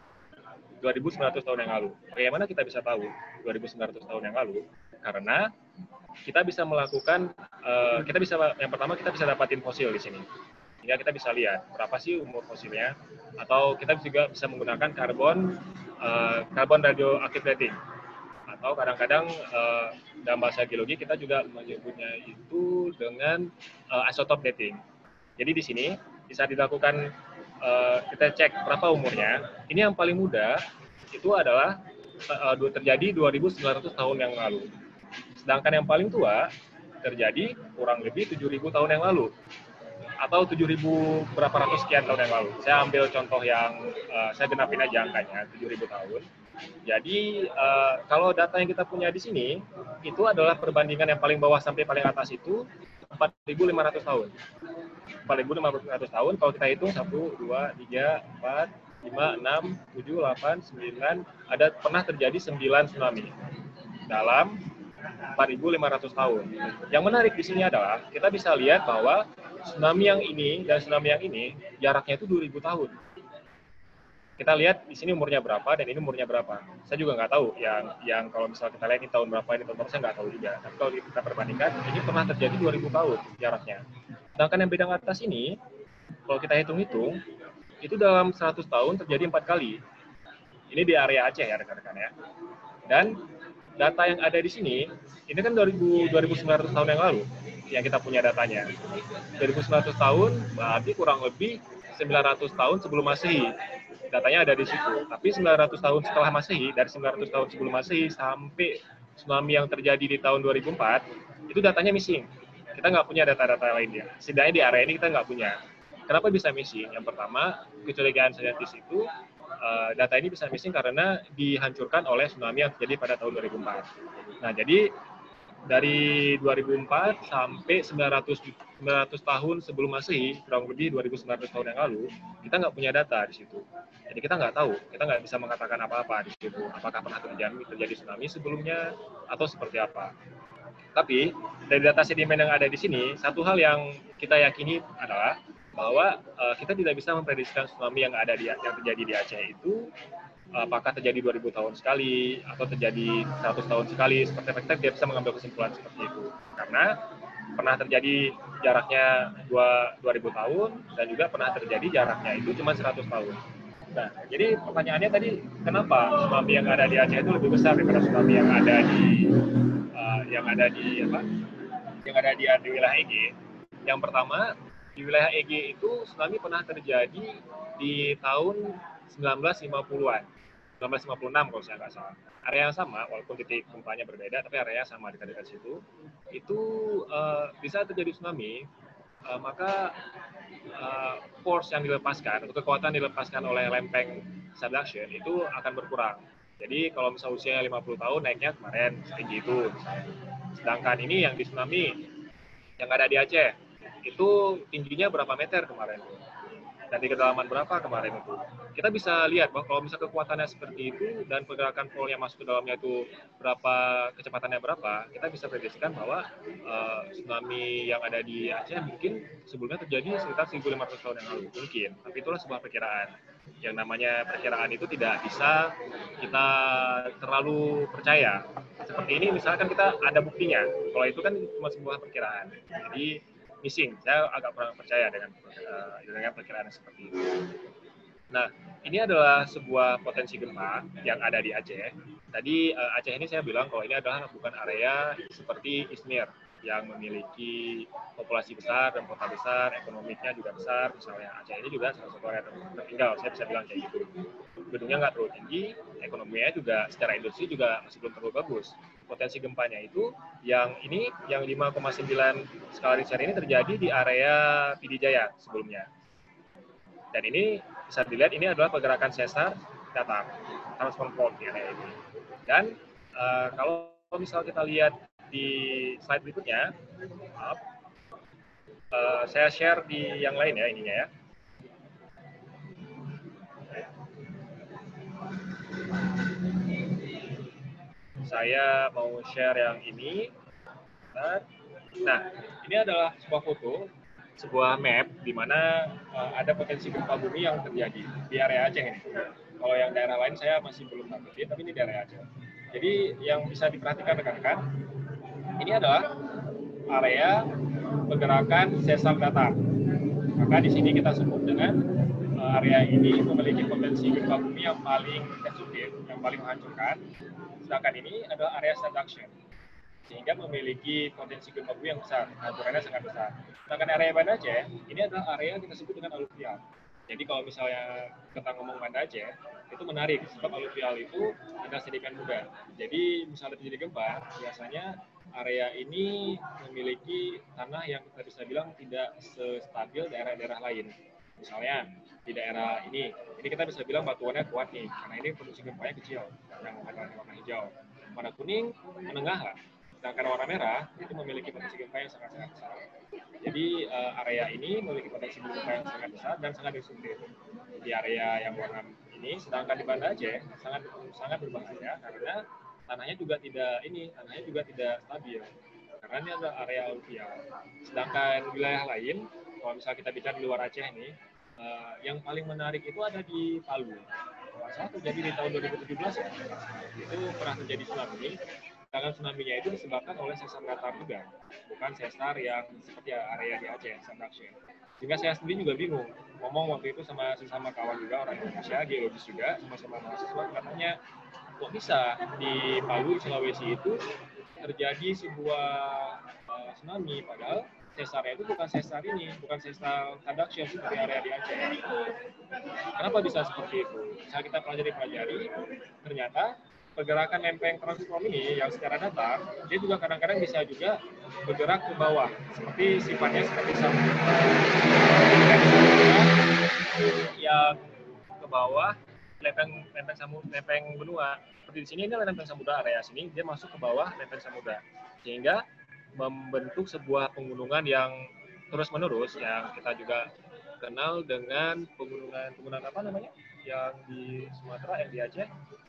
dua ribu sembilan ratus tahun yang lalu. Bagaimana kita bisa tahu dua ribu sembilan ratus tahun yang lalu? Karena kita bisa melakukan, uh, kita bisa yang pertama kita bisa dapatin fosil di sini. Sehingga kita bisa lihat berapa sih umur fosilnya, atau kita juga bisa menggunakan karbon uh, karbon radioactive dating, atau kadang-kadang uh, dalam bahasa geologi kita juga menyebutnya itu dengan uh, isotope dating. Jadi di sini bisa dilakukan, uh, kita cek berapa umurnya. Ini yang paling muda itu adalah uh, terjadi dua ribu sembilan ratus tahun yang lalu. Sedangkan yang paling tua terjadi kurang lebih tujuh ribu tahun yang lalu, atau tujuh ribu berapa ratus sekian tahun yang lalu. Saya ambil contoh yang, uh, saya genapin aja angkanya, tujuh ribu tahun. Jadi, uh, kalau data yang kita punya di sini, itu adalah perbandingan yang paling bawah sampai paling atas itu empat ribu lima ratus tahun. empat ribu lima ratus tahun, kalau kita hitung, satu, dua, tiga, empat, lima, enam, tujuh, delapan, sembilan, ada pernah terjadi sembilan tsunami dalam empat ribu lima ratus tahun. Yang menarik di sini adalah kita bisa lihat bahwa tsunami yang ini dan tsunami yang ini jaraknya itu dua ribu tahun. Kita lihat di sini umurnya berapa dan ini umurnya berapa. Saya juga nggak tahu yang yang kalau misalnya kita lihat ini tahun berapa, ini tahun berapa, saya nggak tahu juga. Tapi kalau kita perbandingkan, ini pernah terjadi dua ribu tahun jaraknya. Sedangkan yang bidang atas ini, kalau kita hitung-hitung, itu dalam seratus tahun terjadi empat kali. Ini di area Aceh ya rekan-rekan ya. Dan data yang ada di sini, ini kan dua ribu sembilan ratus tahun yang lalu yang kita punya datanya. dua ribu sembilan ratus tahun berarti kurang lebih sembilan ratus tahun sebelum Masehi. Datanya ada di situ. Tapi sembilan ratus tahun setelah Masehi, dari sembilan ratus tahun sebelum Masehi sampai tsunami yang terjadi di tahun dua ribu empat, itu datanya missing. Kita nggak punya data-data lainnya. Setidaknya di area ini kita nggak punya. Kenapa bisa missing? Yang pertama, kecurigaan saintis itu, uh, data ini bisa missing karena dihancurkan oleh tsunami yang terjadi pada tahun dua ribu empat. Nah, jadi dari dua ribu empat sampai sembilan ratus, sembilan ratus tahun sebelum Masehi, kurang lebih dua ribu sembilan ratus tahun yang lalu, kita nggak punya data di situ. Jadi kita nggak tahu, kita nggak bisa mengatakan apa-apa di situ. Apakah pernah terjadi, terjadi tsunami sebelumnya atau seperti apa. Tapi dari data sedimen yang ada di sini, satu hal yang kita yakini adalah bahwa uh, kita tidak bisa memprediksikan tsunami yang ada di yang terjadi di Aceh itu apakah terjadi dua ribu tahun sekali atau terjadi seratus tahun sekali. Seperti apa, kita tidak bisa mengambil kesimpulan seperti itu. Karena pernah terjadi jaraknya dua ribu tahun dan juga pernah terjadi jaraknya itu cuma seratus tahun. Nah, jadi pertanyaannya tadi, kenapa tsunami yang ada di Aceh itu lebih besar daripada tsunami yang ada di uh, yang ada di apa? Yang ada di, di wilayah E G? Yang pertama, di wilayah E G itu tsunami pernah terjadi di tahun sembilan belas lima puluhan. sembilan belas lima puluh enam kalau saya nggak salah. Area yang sama, walaupun titik gempanya berbeda, tapi area yang sama dekat-dekat situ. Itu uh, bisa terjadi tsunami, uh, maka uh, force yang dilepaskan, atau kekuatan dilepaskan oleh lempeng subduction itu akan berkurang. Jadi kalau misalnya usianya lima puluh tahun, naiknya kemarin setinggi itu. Sedangkan ini yang di tsunami, yang ada di Aceh, itu tingginya berapa meter kemarin? Dan di kedalaman berapa kemarin itu. Kita bisa lihat bahwa kalau misalnya kekuatannya seperti itu dan pergerakan flow yang masuk ke dalamnya itu berapa, kecepatannya berapa, kita bisa prediksikan bahwa uh, tsunami yang ada di Aceh mungkin sebelumnya terjadi sekitar seribu lima ratus tahun yang lalu. Mungkin, tapi itulah sebuah perkiraan. Yang namanya perkiraan itu tidak bisa kita terlalu percaya. Seperti ini misalkan kita ada buktinya, kalau itu kan cuma sebuah perkiraan. Jadi missing. Saya agak kurang percaya dengan uh, dengan perkiraan seperti itu. Nah, ini adalah sebuah potensi gempa yang ada di Aceh. Tadi uh, Aceh ini saya bilang kalau ini adalah bukan area seperti Izmir. yang memiliki populasi besar dan kota besar, ekonominya juga besar. Misalnya Aceh ini juga salah satu area tertinggal, saya bisa bilang kayak gitu. Gedungnya nggak terlalu tinggi, ekonominya juga secara industri juga masih belum terlalu bagus. Potensi gempanya itu yang ini yang lima koma sembilan skala Richter ini terjadi di area P D Jaya sebelumnya. Dan ini bisa dilihat ini adalah pergerakan sesar datar, transform fault di area ini. Dan uh, kalau misal kita lihat di slide berikutnya, maaf, uh, saya share di yang lain ya ininya ya. Saya mau share yang ini. Nah, ini adalah sebuah foto, sebuah map di mana uh, ada potensi gempa bumi yang terjadi di area Aceh ini. Kalau yang daerah lain saya masih belum dapetin, tapi ini di area Aceh. Jadi yang bisa diperhatikan rekan-rekan, ini adalah area pergerakan sesar datar. Maka di sini kita sebut dengan uh, area ini memiliki potensi gempa bumi yang paling destruktif, yang paling menghancurkan. Sedangkan ini adalah area subduction, sehingga memiliki potensi gempa bumi yang besar, hancurannya sangat besar. Sedangkan area Banda Aceh, ini adalah area yang kita sebut dengan aluvial. Jadi kalau misalnya kita ngomong Banda Aceh, itu menarik, sebab aluvial itu ada sedimen muda. Jadi misalnya terjadi gempa, biasanya area ini memiliki tanah yang kita bisa bilang tidak sestabil daerah-daerah lain. Misalnya di daerah ini, ini kita bisa bilang batuannya kuat nih, karena ini potensi gempanya kecil, yang warna, warna hijau. Warna kuning, menengah lah. Sedangkan warna merah itu memiliki potensi gempa yang sangat-sangat besar. Jadi uh, area ini memiliki potensi gempa yang sangat besar dan sangat destruktif. Di area yang warna ini, sedangkan di Banda Aceh sangat sangat berbahaya karena tanahnya juga tidak ini, tanahnya juga tidak stabil. Karena ini adalah area aluvial. Sedangkan wilayah lain, kalau misalnya kita bicara di luar Aceh ini, uh, yang paling menarik itu ada di Palu. Kalau salah terjadi di tahun dua ribu tujuh belas ya, itu pernah terjadi tsunami. Sedangkan tsunami-nya itu disebabkan oleh sesar datar juga, bukan sesar yang seperti area di Aceh, subduction. Sehingga saya sendiri juga bingung, ngomong waktu itu sama sesama kawan juga, orang Indonesia, geologis juga, sama-sama mahasiswa, katanya, kok bisa di Palu, Sulawesi itu terjadi sebuah uh, tsunami, padahal sesarnya itu bukan sesar ini, bukan sesar subduction seperti area di Aceh. Kenapa bisa seperti itu? Saat kita pelajari-pelajari, ternyata pergerakan lempeng transform ini yang secara datar, dia juga kadang-kadang bisa juga bergerak ke bawah, seperti sifatnya seperti samudra yang ke bawah, lempeng lempeng samudra, lempeng benua. Seperti di sini ini lempeng samudra area sini, dia masuk ke bawah lempeng samudra, sehingga membentuk sebuah pegunungan yang terus-menerus yang kita juga kenal dengan pegunungan pegunungan apa namanya? Yang di Sumatera, yang di Aceh.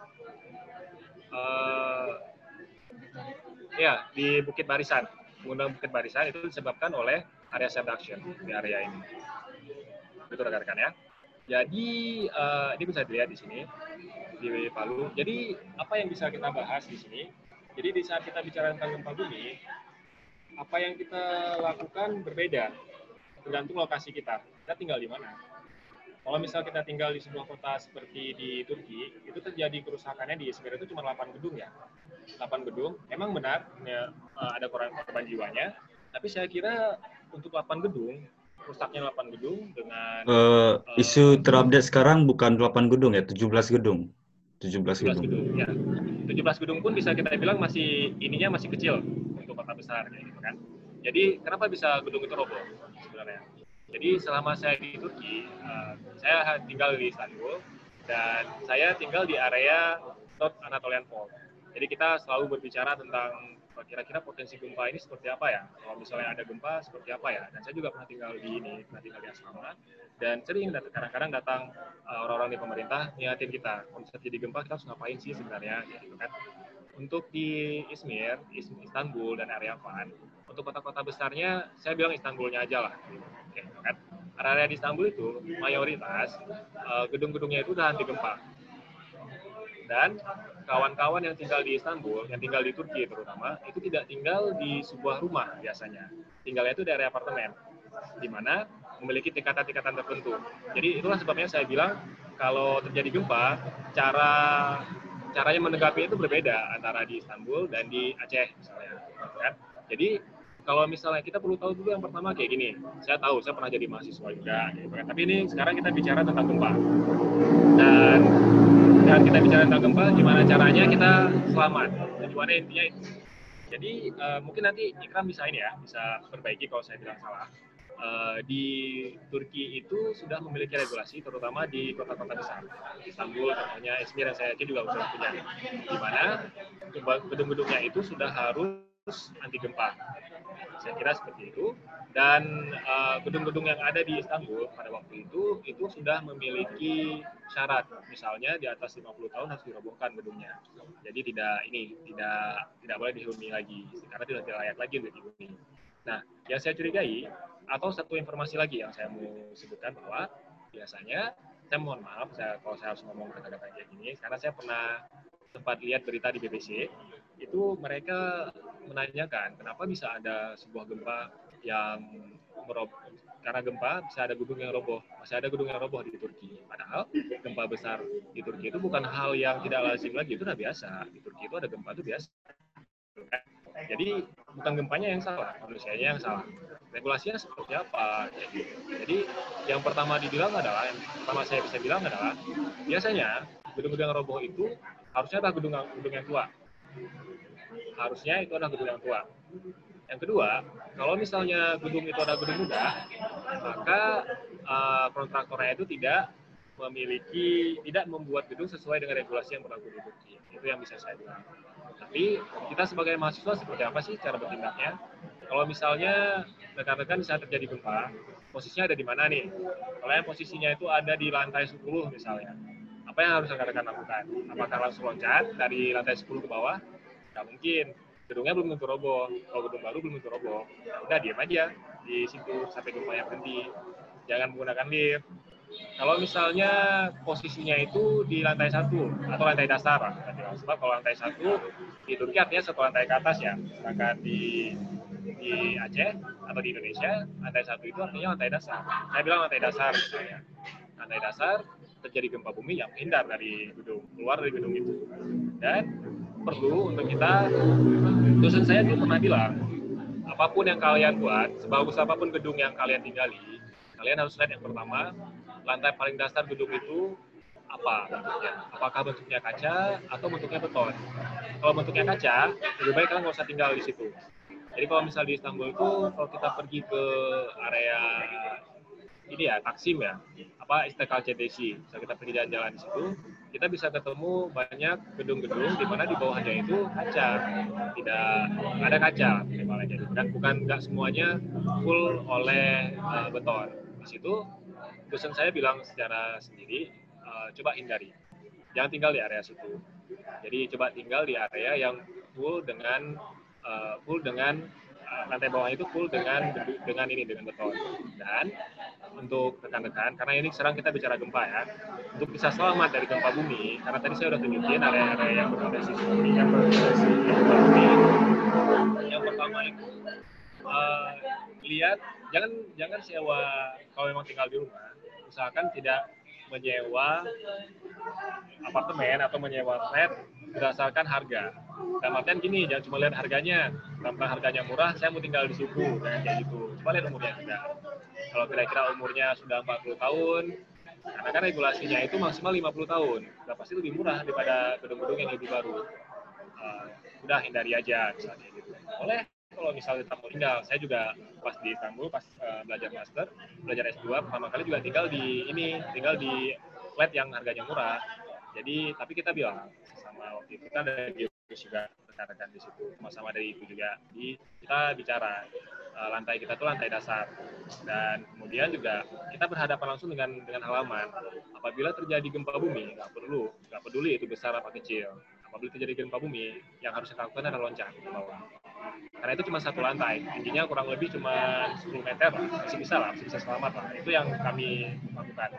Uh, ya di Bukit Barisan, Gunung Bukit Barisan itu disebabkan oleh area subduction di area ini. Itu rekan-rekan ya. Jadi uh, ini bisa dilihat di sini di Palu. Jadi apa yang bisa kita bahas di sini? Jadi di saat kita bicara tentang gempa bumi, apa yang kita lakukan berbeda tergantung lokasi kita. Kita tinggal di mana? Kalau misal kita tinggal di sebuah kota seperti di Turki, itu terjadi kerusakannya di Izmir itu cuma delapan gedung ya. delapan gedung, memang benar ya, ada korban jiwanya, tapi saya kira untuk delapan gedung, rusaknya delapan gedung dengan... Uh, uh, isu terupdate sekarang bukan delapan gedung ya, tujuh belas gedung. tujuh belas gedung. gedung ya. tujuh belas gedung pun bisa kita bilang masih, ininya masih kecil untuk kota besar kayak gitu kan. Jadi kenapa bisa gedung itu roboh sebenarnya? Jadi selama saya di Turki, uh, saya tinggal di Istanbul dan saya tinggal di area North Anatolian Fault. Jadi kita selalu berbicara tentang kira-kira potensi gempa ini seperti apa ya? Kalau misalnya ada gempa seperti apa ya? Dan saya juga pernah tinggal di ini, pernah tinggal di asrama dan sering kadang-kadang datang uh, orang-orang di pemerintah niatin kita, kalau misalnya jadi gempa kita harus ngapain sih sebenarnya? Gitu kan. Untuk di Izmir, Istanbul dan area Van, untuk kota-kota besarnya, saya bilang Istanbulnya aja lah. Oke, kan? Area di Istanbul itu mayoritas uh, gedung-gedungnya itu udah anti gempa. Dan kawan-kawan yang tinggal di Istanbul, yang tinggal di Turki terutama, itu tidak tinggal di sebuah rumah biasanya. Tinggalnya itu di area apartemen, di mana memiliki tingkatan-tingkatan tertentu. Jadi itulah sebabnya saya bilang kalau terjadi gempa, cara caranya menanggapi itu berbeda antara di Istanbul dan di Aceh misalnya. Kan? Jadi kalau misalnya kita perlu tahu dulu yang pertama kayak gini, saya tahu, saya pernah jadi mahasiswa juga, gitu kan. Tapi ini sekarang kita bicara tentang gempa. Dan dan kita bicara tentang gempa, gimana caranya kita selamat, tujuannya intinya itu. Jadi uh, mungkin nanti Ikram bisa ini ya, bisa perbaiki kalau saya bilang salah. Uh, di Turki itu sudah memiliki regulasi, terutama di kota-kota besar, Istanbul, contohnya Izmir yang saya yakin juga sudah punya, di mana gedung-gedungnya itu sudah harus anti gempa. Saya kira seperti itu. Dan uh, gedung-gedung yang ada di Istanbul pada waktu itu itu sudah memiliki syarat, misalnya di atas lima puluh tahun harus dirobohkan gedungnya. Jadi tidak ini tidak tidak boleh dihuni lagi karena tidak layak lagi untuk dihuni. Nah, yang saya curigai atau satu informasi lagi yang saya mau sebutkan bahwa biasanya saya mohon maaf saya kalau saya harus ngomong kata-kata kayak gini karena saya pernah sempat lihat berita di B B C itu mereka menanyakan kenapa bisa ada sebuah gempa yang meroboh, karena gempa bisa ada gedung yang roboh, masih ada gedung yang roboh di Turki. Padahal gempa besar di Turki itu bukan hal yang tidak lazim lagi, itu udah biasa. Di Turki itu ada gempa itu biasa. Jadi bukan gempanya yang salah, manusianya yang salah. Regulasinya seperti apa? Jadi yang pertama dibilang adalah, yang pertama saya bisa bilang adalah, biasanya gedung-gedung yang roboh itu harusnya adalah gedung, gedung yang tua. Harusnya itu adalah gedung yang tua. Yang kedua, kalau misalnya gedung itu adalah gedung muda, maka uh, kontraktornya itu tidak memiliki, tidak membuat gedung sesuai dengan regulasi yang berlaku di Turki. Itu yang bisa saya bilang. Tapi kita sebagai mahasiswa seperti apa sih cara bertindaknya? Kalau misalnya rekan-rekan bisa terjadi gempa, posisinya ada di mana nih? Kalau yang posisinya itu ada di lantai sepuluh misalnya, apa yang harus rekan-rekan lakukan? Apakah langsung loncat dari lantai sepuluh ke bawah? Nggak mungkin. Gedungnya belum tentu roboh. Kalau gedung baru belum tentu roboh. Ya udah diam aja di situ sampai gempanya berhenti. Jangan menggunakan lift. Kalau misalnya posisinya itu di lantai satu atau lantai dasar, sebab kalau lantai satu di Turki artinya satu lantai ke atas ya. Sedangkan di di Aceh atau di Indonesia lantai satu itu artinya lantai dasar. Saya bilang lantai dasar misalnya. Lantai dasar terjadi gempa bumi yang menghindar dari gedung, keluar dari gedung itu. Dan perlu untuk kita, dosen saya dulu pernah bilang, apapun yang kalian buat, sebagus apapun gedung yang kalian tinggali, kalian harus lihat yang pertama, lantai paling dasar gedung itu apa bentuknya? Apakah bentuknya kaca atau bentuknya beton? Kalau bentuknya kaca, lebih baik kalian nggak usah tinggal di situ. Jadi kalau misal di Istanbul itu, kalau kita pergi ke area ini ya, Taksim ya, apa Istiqlal C D C, bisa kita pergi jalan-jalan di situ, kita bisa ketemu banyak gedung-gedung di mana di bawahnya itu kaca, tidak ada kaca jadi, dan bukan nggak semuanya full oleh uh, beton. Di situ dosen saya bilang secara sendiri, uh, coba hindari, jangan tinggal di area situ. Jadi coba tinggal di area yang full dengan uh, full dengan uh, lantai bawah itu full dengan dengan ini dengan beton. Dan untuk rekan-rekan, karena ini sekarang kita bicara gempa ya, untuk bisa selamat dari gempa bumi, karena tadi saya sudah tunjukin area-area yang berpotensi tsunami, yang berpotensi gempa bumi. Yang pertama itu uh, lihat, jangan jangan sewa kalau memang tinggal di rumah, usahakan tidak menyewa apartemen atau menyewa flat berdasarkan harga. Dan artian gini, jangan cuma lihat harganya, tanpa harganya murah, saya mau tinggal di situ, dan kayak gitu. Coba lihat umurnya juga. Kalau kira-kira umurnya sudah empat puluh tahun, karena kan regulasinya itu maksimal lima puluh tahun, udah pasti lebih murah daripada gedung-gedung yang lebih baru. Uh, udah hindari aja misalnya gitu. Boleh kalau misalnya tetap mau tinggal, saya juga pas di Istanbul, pas uh, belajar master, belajar S dua, pertama kali juga tinggal di ini, tinggal di flat yang harganya murah. Jadi, tapi kita bilang, sama waktu itu kan ada geologis juga, rekan-rekan di situ, sama-sama dari itu juga. Di, kita bicara, uh, lantai kita tuh lantai dasar. Dan kemudian juga kita berhadapan langsung dengan dengan halaman. Apabila terjadi gempa bumi, nggak perlu, nggak peduli itu besar apa kecil. Apabila terjadi gempa bumi, yang harus kita lakukan adalah loncat ke bawah. Karena itu cuma satu lantai, tingginya kurang lebih cuma sepuluh meter, masih bisa lah, masih bisa selamat lah. Itu yang kami lakukan.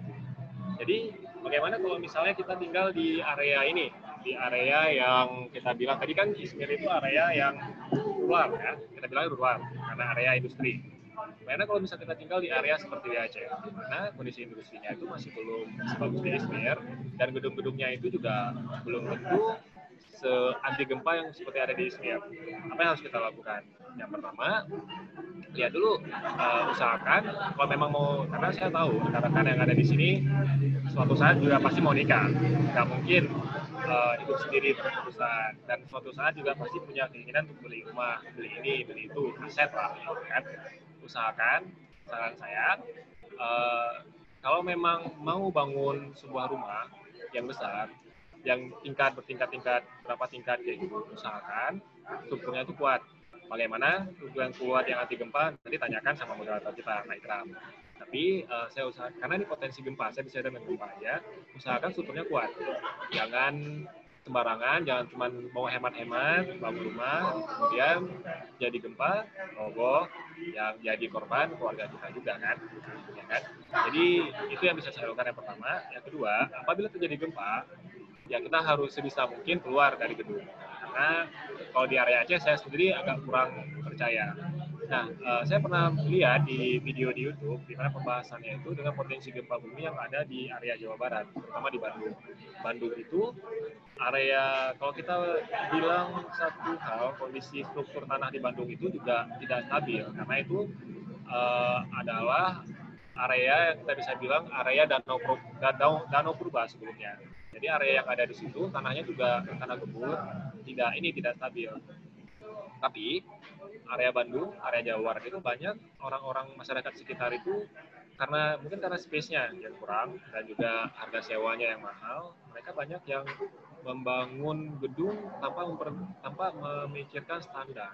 Jadi bagaimana kalau misalnya kita tinggal di area ini, di area yang kita bilang tadi kan Izmir itu area yang rural ya, kita bilang rural karena area industri. Karena kalau misalnya kita tinggal di area seperti di Aceh, di mana kondisi industrinya itu masih belum sebagus di Izmir dan gedung-gedungnya itu juga belum tentu se-anti gempa yang seperti ada di Izmir. Apa yang harus kita lakukan? Yang pertama, lihat dulu, uh, usahakan kalau memang mau, karena saya tahu rekan-rekan yang ada di sini suatu saat juga pasti mau nikah, nggak mungkin uh, hidup sendiri terus-terusan, dan suatu saat juga pasti punya keinginan untuk beli rumah, beli ini, beli itu, aset lah, kan? Usahakan, saran saya, uh, kalau memang mau bangun sebuah rumah yang besar, yang tingkat bertingkat-tingkat, berapa tingkat kayak gitu, usahakan strukturnya itu kuat. Bagaimana struktur yang kuat yang anti gempa, nanti tanyakan sama moderator kita, Pak Ikram. Tapi uh, saya usahakan, karena ini potensi gempa, saya bisa dengan gempa aja, usahakan strukturnya kuat. Jangan sembarangan, jangan cuma mau hemat-hemat, bangun rumah, kemudian jadi gempa, roboh, yang jadi korban keluarga kita juga kan. Ya kan? Jadi itu yang bisa saya lakukan yang pertama. Yang kedua, apabila terjadi gempa, ya kita harus sebisa mungkin keluar dari gedung. Karena kalau di area Aceh saya sendiri agak kurang percaya. Nah, uh, saya pernah lihat di video di YouTube di mana pembahasannya itu dengan potensi gempa bumi yang ada di area Jawa Barat, terutama di Bandung. Bandung itu area, kalau kita bilang satu hal, kondisi struktur tanah di Bandung itu juga tidak stabil, karena itu uh, adalah area yang kita bisa bilang area danau danau, danau purba sebelumnya. Jadi area yang ada di situ tanahnya juga tanah gembur, tidak ini tidak stabil. Tapi area Bandung, area Jawa Barat itu banyak orang-orang masyarakat sekitar itu karena mungkin karena space-nya yang kurang dan juga harga sewanya yang mahal, mereka banyak yang membangun gedung tanpa memper, tanpa memikirkan standar.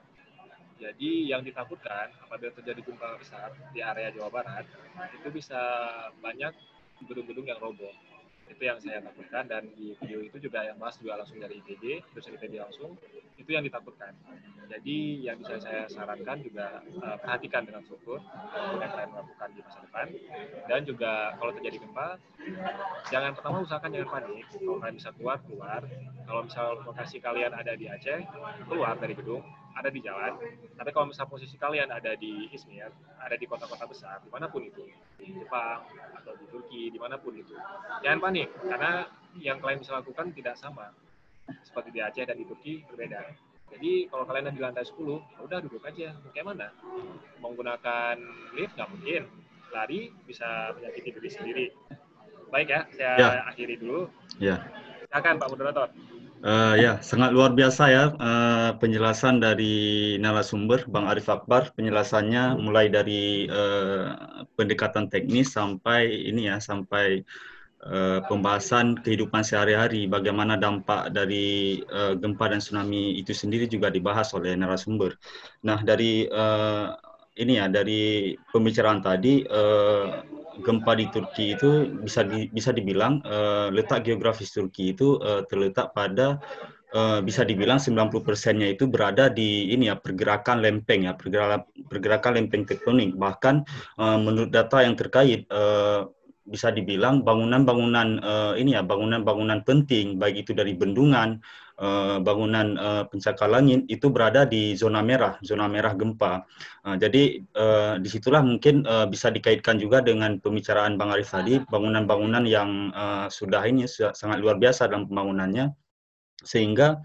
Jadi yang ditakutkan apabila terjadi gempa besar di area Jawa Barat itu bisa banyak gedung-gedung yang roboh. Itu yang saya takutkan, dan di video itu juga yang bahas juga langsung dari I P J, dosen I P J langsung, itu yang ditakutkan. Jadi yang bisa saya sarankan juga uh, perhatikan dengan struktur yang kalian lakukan di masa depan, dan juga kalau terjadi gempa, jangan pertama usahakan jangan panik. Kalau kalian bisa keluar, keluar. Kalau misal lokasi kalian ada di Aceh, keluar dari gedung, ada di jalan. Tapi kalau misal posisi kalian ada di Izmir, ada di kota-kota besar, dimanapun itu, di Jepang atau di Turki, dimanapun itu, jangan panik, karena yang kalian bisa lakukan tidak sama. Seperti di Aceh dan di Turki berbeda. Jadi kalau kalian ada di lantai sepuluh, ya udah duduk aja. Bagaimana? Menggunakan lift nggak mungkin. Lari bisa menyakiti diri sendiri. Baik ya, saya Ya. akhiri dulu. Ya. Silakan Pak Moderator. Uh, ya, sangat luar biasa ya uh, penjelasan dari narasumber Bang Arif Akbar. Penjelasannya mulai dari uh, pendekatan teknis sampai ini ya, sampai uh, pembahasan kehidupan sehari-hari, bagaimana dampak dari uh, gempa dan tsunami itu sendiri juga dibahas oleh narasumber. Nah, dari uh, ini ya, dari pembicaraan tadi, uh, gempa di Turki itu bisa di, bisa dibilang uh, letak geografis Turki itu uh, terletak pada uh, bisa dibilang sembilan puluh persennya itu berada di ini ya, pergerakan lempeng ya, pergerakan pergerakan lempeng tektonik. Bahkan uh, menurut data yang terkait uh, bisa dibilang bangunan-bangunan uh, ini ya, bangunan-bangunan penting baik itu dari bendungan, uh, bangunan uh, pencakar langit itu berada di zona merah, zona merah gempa. Uh, jadi uh, disitulah mungkin uh, bisa dikaitkan juga dengan pembicaraan Bang Arif tadi, bangunan-bangunan yang uh, sudah ini sudah sangat luar biasa dalam pembangunannya, sehingga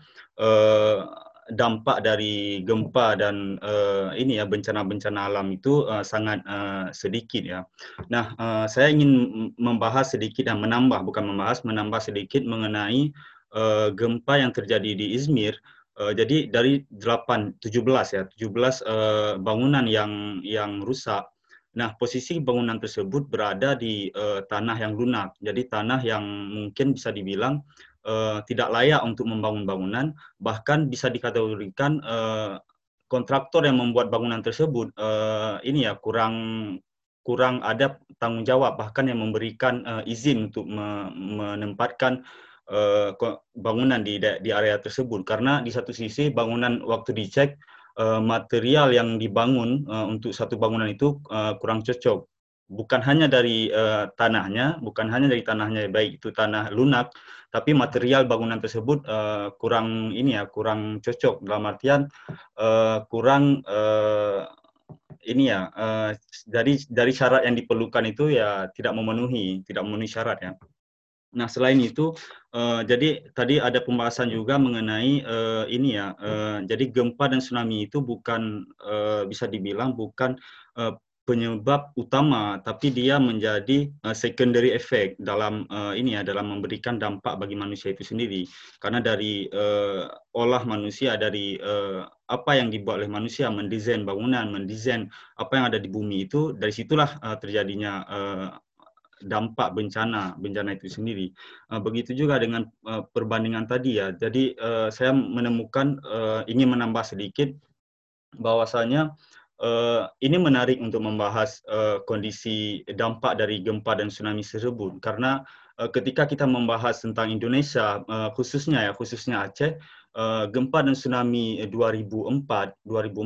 uh, dampak dari gempa dan uh, ini ya, bencana-bencana alam itu uh, sangat uh, sedikit ya. Nah, uh, saya ingin membahas sedikit dan menambah, bukan membahas, menambah sedikit mengenai uh, gempa yang terjadi di Izmir. Uh, jadi dari delapan, tujuh belas ya, tujuh belas uh, bangunan yang yang rusak. Nah, posisi bangunan tersebut berada di uh, tanah yang lunak. Jadi tanah yang mungkin bisa dibilang Uh, tidak layak untuk membangun bangunan, bahkan bisa dikategorikan uh, kontraktor yang membuat bangunan tersebut uh, ini ya kurang kurang ada tanggung jawab, bahkan yang memberikan uh, izin untuk me menempatkan uh, bangunan di di area tersebut, karena di satu sisi bangunan waktu dicek uh, material yang dibangun uh, untuk satu bangunan itu uh, kurang cocok. Bukan hanya dari uh, tanahnya, bukan hanya dari tanahnya, baik itu tanah lunak, tapi material bangunan tersebut uh, kurang ini ya, kurang cocok, dalam artian uh, kurang uh, ini ya, uh, dari dari syarat yang diperlukan itu ya tidak memenuhi, tidak memenuhi syarat ya. Nah, selain itu, uh, jadi tadi ada pembahasan juga mengenai uh, ini ya, uh, jadi gempa dan tsunami itu bukan uh, bisa dibilang bukan uh, penyebab utama, tapi dia menjadi uh, secondary effect dalam uh, ini ya, dalam memberikan dampak bagi manusia itu sendiri. Karena dari uh, olah manusia, dari uh, apa yang dibuat oleh manusia, mendesain bangunan, mendesain apa yang ada di bumi itu, dari situlah uh, terjadinya uh, dampak bencana bencana itu sendiri. Uh, begitu juga dengan uh, perbandingan tadi ya. Jadi uh, saya menemukan uh, ingin menambah sedikit bahwasanya uh, ini menarik untuk membahas uh, kondisi dampak dari gempa dan tsunami tersebut karena uh, ketika kita membahas tentang Indonesia uh, khususnya ya khususnya Aceh uh, gempa dan tsunami dua ribu empat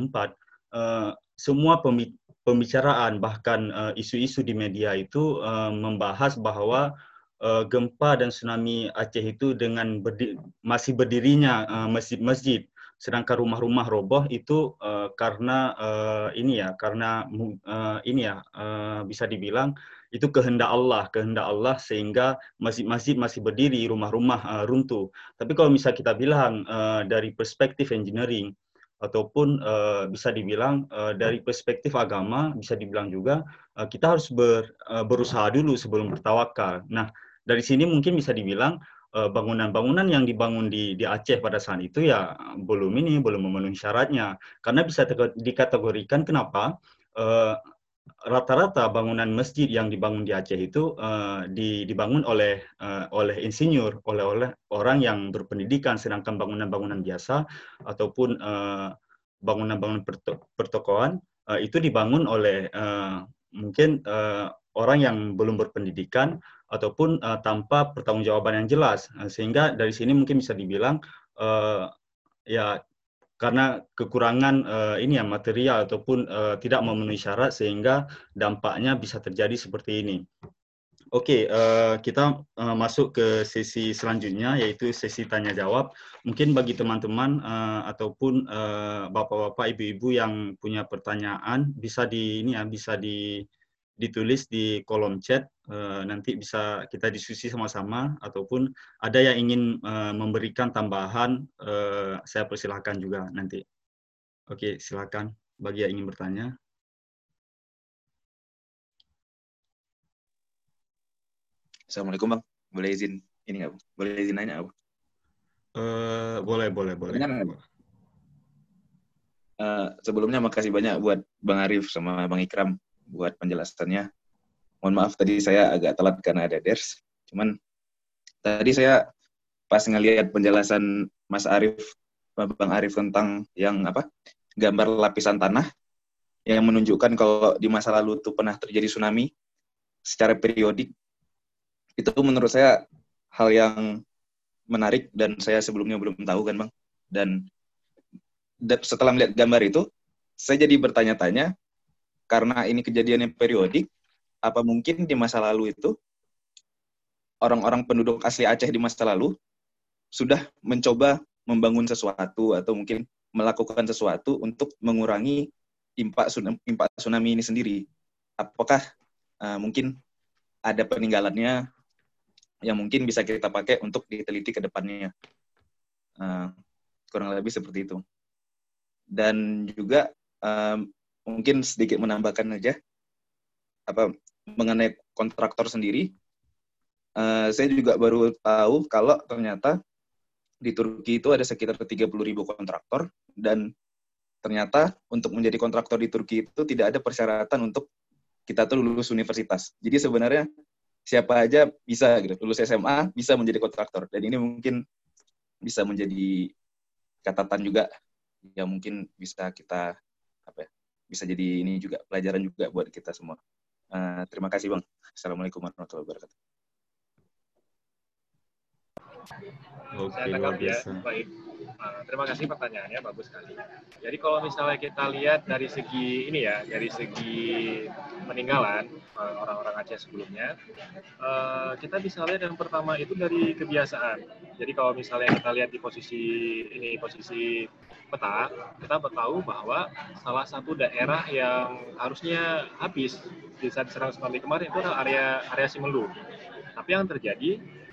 uh, semua pembicaraan bahkan uh, isu-isu di media itu uh, membahas bahwa uh, gempa dan tsunami Aceh itu dengan berdi masih berdirinya uh, masjid-masjid, sedangkan rumah-rumah roboh itu uh, karena uh, ini ya karena uh, ini ya uh, bisa dibilang itu kehendak Allah, kehendak Allah sehingga masjid-masjid masih berdiri, rumah-rumah uh, runtuh. Tapi kalau misalnya kita bilang uh, dari perspektif engineering ataupun uh, bisa dibilang uh, dari perspektif agama bisa dibilang juga uh, kita harus ber, uh, berusaha dulu sebelum bertawakal. Nah, dari sini mungkin bisa dibilang uh, bangunan-bangunan yang dibangun di, di Aceh pada saat itu ya belum ini belum memenuhi syaratnya karena bisa dikategorikan kenapa uh, rata-rata bangunan masjid yang dibangun di Aceh itu uh, di, dibangun oleh uh, oleh insinyur, oleh oleh orang yang berpendidikan, sedangkan bangunan-bangunan biasa ataupun uh, bangunan-bangunan perto pertokoan uh, itu dibangun oleh uh, mungkin uh, orang yang belum berpendidikan ataupun uh, tanpa pertanggungjawaban yang jelas, uh, sehingga dari sini mungkin bisa dibilang uh, ya karena kekurangan uh, ini ya material ataupun uh, tidak memenuhi syarat sehingga dampaknya bisa terjadi seperti ini. Oke, okay, uh, kita uh, masuk ke sesi selanjutnya yaitu sesi tanya jawab. Mungkin bagi teman-teman uh, ataupun bapak-bapak, uh, ibu-ibu yang punya pertanyaan bisa di ini ya bisa di ditulis di kolom chat, uh, nanti bisa kita diskusi sama-sama ataupun ada yang ingin uh, memberikan tambahan, uh, saya persilahkan juga nanti. Oke, silakan bagi yang ingin bertanya. Assalamualaikum Bang, boleh izin ini nggak? Boleh izin nanya apa? Uh, boleh, boleh, boleh. Uh, sebelumnya makasih banyak buat Bang Arif sama Bang Ikram buat penjelasannya. Mohon maaf tadi saya agak telat karena ada ders. Cuman tadi saya pas ngelihat penjelasan Mas Arif, Bang Arif tentang yang apa gambar lapisan tanah yang menunjukkan kalau di masa lalu itu pernah terjadi tsunami secara periodik. Itu menurut saya hal yang menarik dan saya sebelumnya belum tahu kan Bang. Dan setelah melihat gambar itu, saya jadi bertanya-tanya, karena ini kejadian yang periodik, apa mungkin di masa lalu itu, orang-orang penduduk asli Aceh di masa lalu, sudah mencoba membangun sesuatu, atau mungkin melakukan sesuatu untuk mengurangi impak tsunami, impak tsunami ini sendiri. Apakah uh, mungkin ada peninggalannya yang mungkin bisa kita pakai untuk diteliti ke depannya. Uh, kurang lebih seperti itu. Dan juga um, mungkin sedikit menambahkan aja apa mengenai kontraktor sendiri, uh, saya juga baru tahu kalau ternyata di Turki itu ada sekitar tiga puluh ribu kontraktor dan ternyata untuk menjadi kontraktor di Turki itu tidak ada persyaratan untuk kita tuh lulus universitas. Jadi sebenarnya siapa aja bisa gitu, lulus S M A bisa menjadi kontraktor, dan ini mungkin bisa menjadi catatan juga yang mungkin bisa kita apa ya, bisa jadi ini juga pelajaran juga buat kita semua. Uh, terima kasih Bang. Assalamualaikum warahmatullahi wabarakatuh. Oke, saya tangkap ya, baik. Nah, terima kasih pertanyaannya, bagus sekali. Jadi kalau misalnya kita lihat dari segi ini ya, dari segi peninggalan orang-orang Aceh sebelumnya, kita bisa lihat yang pertama itu dari kebiasaan. Jadi kalau misalnya kita lihat di posisi ini, posisi peta, kita tahu bahwa salah satu daerah yang harusnya habis di saat diserang tsunami kemarin itu adalah area area Simelu. Tapi yang terjadi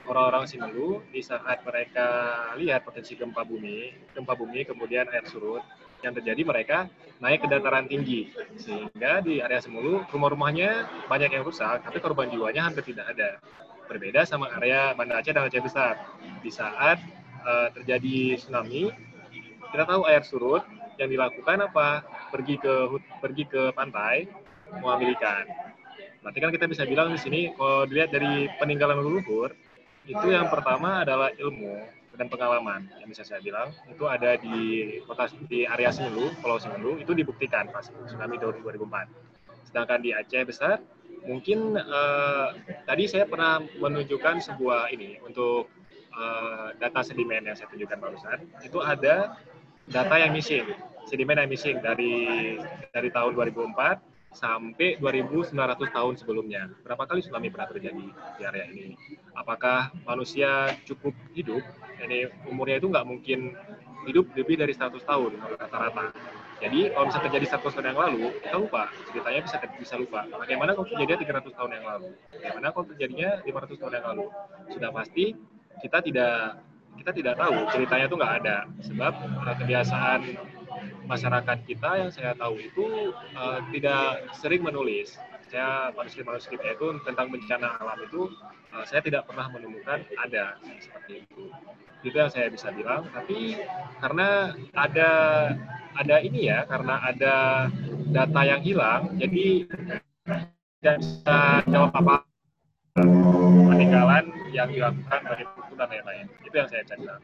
orang-orang Sinulu di saat mereka lihat potensi gempa bumi, gempa bumi kemudian air surut yang terjadi, mereka naik ke dataran tinggi sehingga di area Simulu rumah-rumahnya banyak yang rusak, tapi korban jiwanya hampir tidak ada. Berbeda sama area Banda Aceh dan Aceh Besar. Di saat uh, terjadi tsunami, kita tahu air surut, yang dilakukan apa? Pergi ke pergi ke pantai mengambil ikan. Berarti kan kita bisa bilang di sini kalau dilihat dari peninggalan leluhur, itu yang pertama adalah ilmu dan pengalaman yang bisa saya bilang itu ada di kota di area Sinulu, Pulau Sinulu itu dibuktikan pas tsunami dua ribu empat. Sedangkan di Aceh Besar mungkin uh, tadi saya pernah menunjukkan sebuah ini untuk uh, data sedimen yang saya tunjukkan barusan itu ada data yang missing, sedimen yang missing dari dari tahun dua ribu empat sampai dua ribu sembilan ratus tahun sebelumnya. Berapa kali tsunami pernah terjadi di area ini? Apakah manusia cukup hidup? Ini umurnya itu nggak mungkin hidup lebih dari seratus tahun rata-rata. Jadi kalau misalnya terjadi seratus tahun yang lalu, kita lupa. Ceritanya bisa bisa lupa. Bagaimana kalau terjadinya tiga ratus tahun yang lalu? Bagaimana kalau terjadinya lima ratus tahun yang lalu? Sudah pasti kita tidak kita tidak tahu, ceritanya itu nggak ada. Sebab uh, kebiasaan masyarakat kita yang saya tahu itu uh, tidak sering menulis. Saya manuskrip-manuskripnya itu tentang bencana alam itu uh, saya tidak pernah menemukan ada seperti itu. Itu yang saya bisa bilang. Tapi karena ada ada ini ya, karena ada data yang hilang, jadi tidak bisa jawab apa peninggalan yang dilakukan dari buku dan lain-lain. Itu yang saya bisa bilang.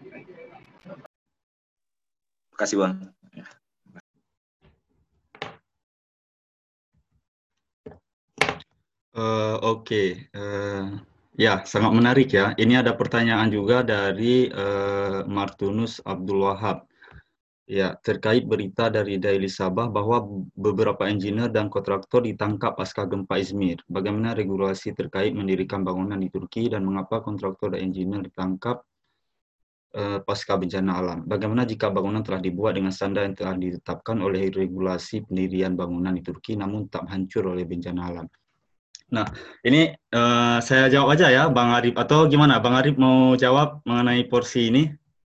Terima kasih Bang. Uh, Oke, okay. uh, ya sangat menarik ya. Ini ada pertanyaan juga dari uh, Martunus Abdul Wahab. Ya, terkait berita dari Daily Sabah bahwa beberapa engineer dan kontraktor ditangkap pasca gempa Izmir. Bagaimana regulasi terkait mendirikan bangunan di Turki dan mengapa kontraktor dan engineer ditangkap uh, pasca bencana alam? Bagaimana jika bangunan telah dibuat dengan standar yang telah ditetapkan oleh regulasi pendirian bangunan di Turki namun tak hancur oleh bencana alam? Nah, ini uh, saya jawab aja ya, Bang Arif. Atau gimana, Bang Arif mau jawab mengenai porsi ini?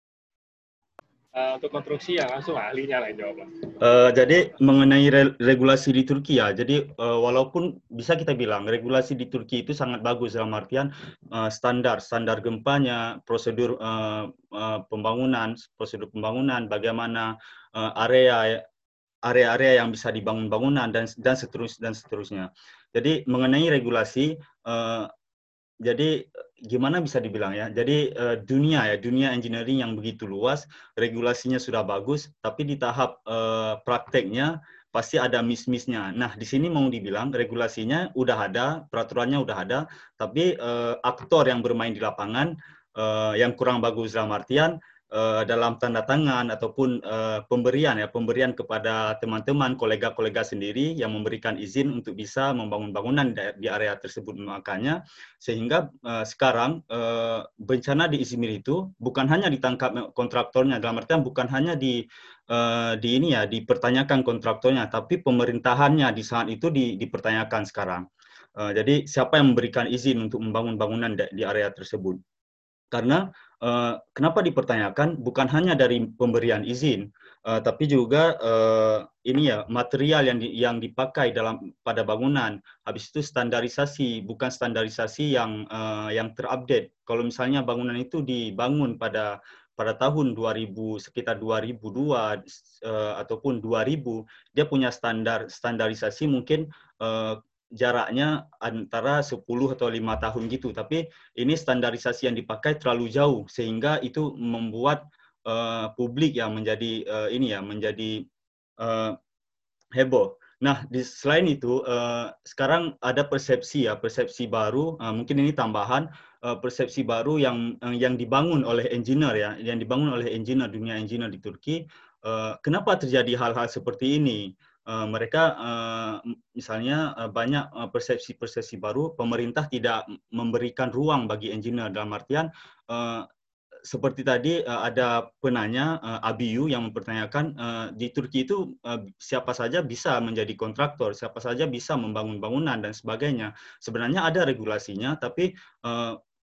Uh, untuk konstruksi ya langsung ahlinya lah yang jawab. Uh, jadi mengenai re regulasi di Turki ya, jadi uh, walaupun bisa kita bilang regulasi di Turki itu sangat bagus dalam artian uh, standar, standar gempanya, prosedur uh, uh, pembangunan, prosedur pembangunan, bagaimana uh, area area-area yang bisa dibangun bangunan dan dan seterusnya dan seterusnya. Jadi mengenai regulasi, uh, jadi gimana bisa dibilang ya? Jadi uh, dunia ya, dunia engineering yang begitu luas, regulasinya sudah bagus, tapi di tahap uh, prakteknya pasti ada miss-missnya. Nah, di sini mau dibilang regulasinya udah ada, peraturannya udah ada, tapi uh, aktor yang bermain di lapangan uh, yang kurang bagus dalam artian Uh, dalam tanda tangan ataupun uh, pemberian ya pemberian kepada teman-teman kolega-kolega sendiri yang memberikan izin untuk bisa membangun bangunan di area tersebut. Makanya sehingga uh, sekarang uh, bencana di Izmir itu bukan hanya ditangkap kontraktornya, dalam artian bukan hanya di uh, di ini ya dipertanyakan kontraktornya, tapi pemerintahannya di saat itu di, dipertanyakan sekarang. Uh, jadi siapa yang memberikan izin untuk membangun bangunan di, di area tersebut? Karena uh, kenapa dipertanyakan bukan hanya dari pemberian izin, uh, tapi juga uh, ini ya material yang di, yang dipakai dalam pada bangunan. Habis itu standarisasi, bukan standarisasi yang uh, yang terupdate. Kalau misalnya bangunan itu dibangun pada pada tahun dua ribu sekitar dua ribu dua uh, ataupun dua ribu, dia punya standar standarisasi mungkin uh, jaraknya antara sepuluh atau lima tahun gitu, tapi ini standarisasi yang dipakai terlalu jauh sehingga itu membuat uh, publik yang menjadi uh, ini ya menjadi uh, heboh. Nah, di, selain itu uh, sekarang ada persepsi ya, persepsi baru, uh, mungkin ini tambahan uh, persepsi baru yang uh, yang dibangun oleh engineer ya, yang dibangun oleh engineer dunia engineer di Turki. Uh, kenapa terjadi hal-hal seperti ini? Uh, mereka uh, misalnya uh, banyak persepsi-persepsi uh, baru, pemerintah tidak memberikan ruang bagi engineer dalam artian uh, seperti tadi uh, ada penanya uh, Abiyu yang mempertanyakan uh, di Turki itu uh, siapa saja bisa menjadi kontraktor, siapa saja bisa membangun bangunan dan sebagainya. Sebenarnya ada regulasinya, tapi uh,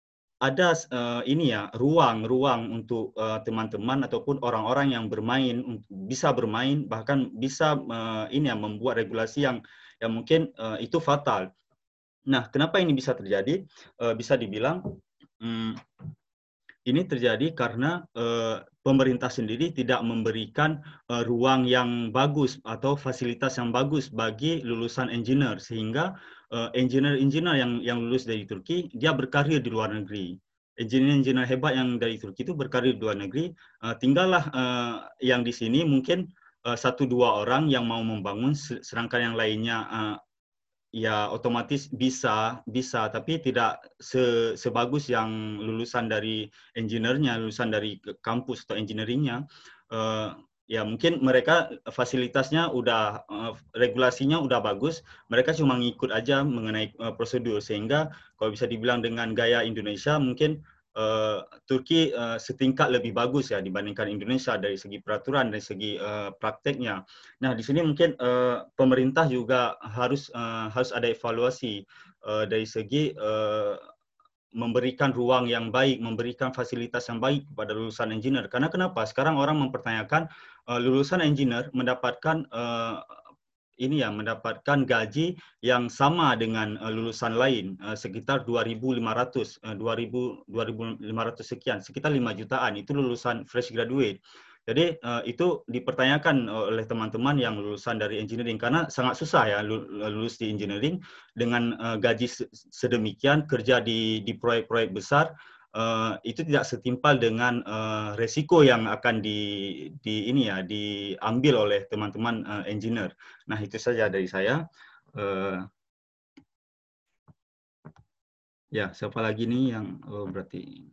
ada uh, ini ya ruang-ruang untuk teman-teman uh, ataupun orang-orang yang bermain bisa bermain bahkan bisa uh, ini ya membuat regulasi yang yang mungkin uh, itu fatal. Nah, kenapa ini bisa terjadi? Uh, bisa dibilang um, ini terjadi karena uh, pemerintah sendiri tidak memberikan uh, ruang yang bagus atau fasilitas yang bagus bagi lulusan engineer, sehingga uh, engineer-engineer yang yang lulus dari Turki dia berkarir di luar negeri. Engineer-engineer hebat yang dari Turki itu berkarir di luar negeri. Uh, tinggallah uh, yang di sini mungkin uh, satu dua orang yang mau membangun, sedangkan yang lainnya uh, ya otomatis bisa bisa tapi tidak se, sebagus yang lulusan dari engineer-nya, lulusan dari kampus atau engineering-nya. Uh, ya mungkin mereka fasilitasnya udah uh, regulasinya udah bagus, mereka cuma ngikut aja mengenai uh, prosedur, sehingga kalau bisa dibilang dengan gaya Indonesia mungkin Uh, Turki uh, setingkat lebih bagus ya dibandingkan Indonesia dari segi peraturan, dari segi uh, prakteknya. Nah, di sini mungkin uh, pemerintah juga harus uh, harus ada evaluasi uh, dari segi uh, memberikan ruang yang baik, memberikan fasilitas yang baik kepada lulusan engineer. Karena kenapa? Sekarang orang mempertanyakan uh, lulusan engineer mendapatkan uh, ini ya mendapatkan gaji yang sama dengan uh, lulusan lain, uh, sekitar dua ribu lima ratus, uh, dua ribu lima ratus sekian, sekitar lima jutaan itu lulusan fresh graduate. Jadi uh, itu dipertanyakan oleh teman-teman yang lulusan dari engineering, karena sangat susah ya lulus di engineering dengan uh, gaji sedemikian, kerja di di proyek-proyek besar. Uh, itu tidak setimpal dengan uh, resiko yang akan di, di ini ya diambil oleh teman-teman uh, engineer. Nah, itu saja dari saya. Uh, ya, siapa lagi nih yang oh, berarti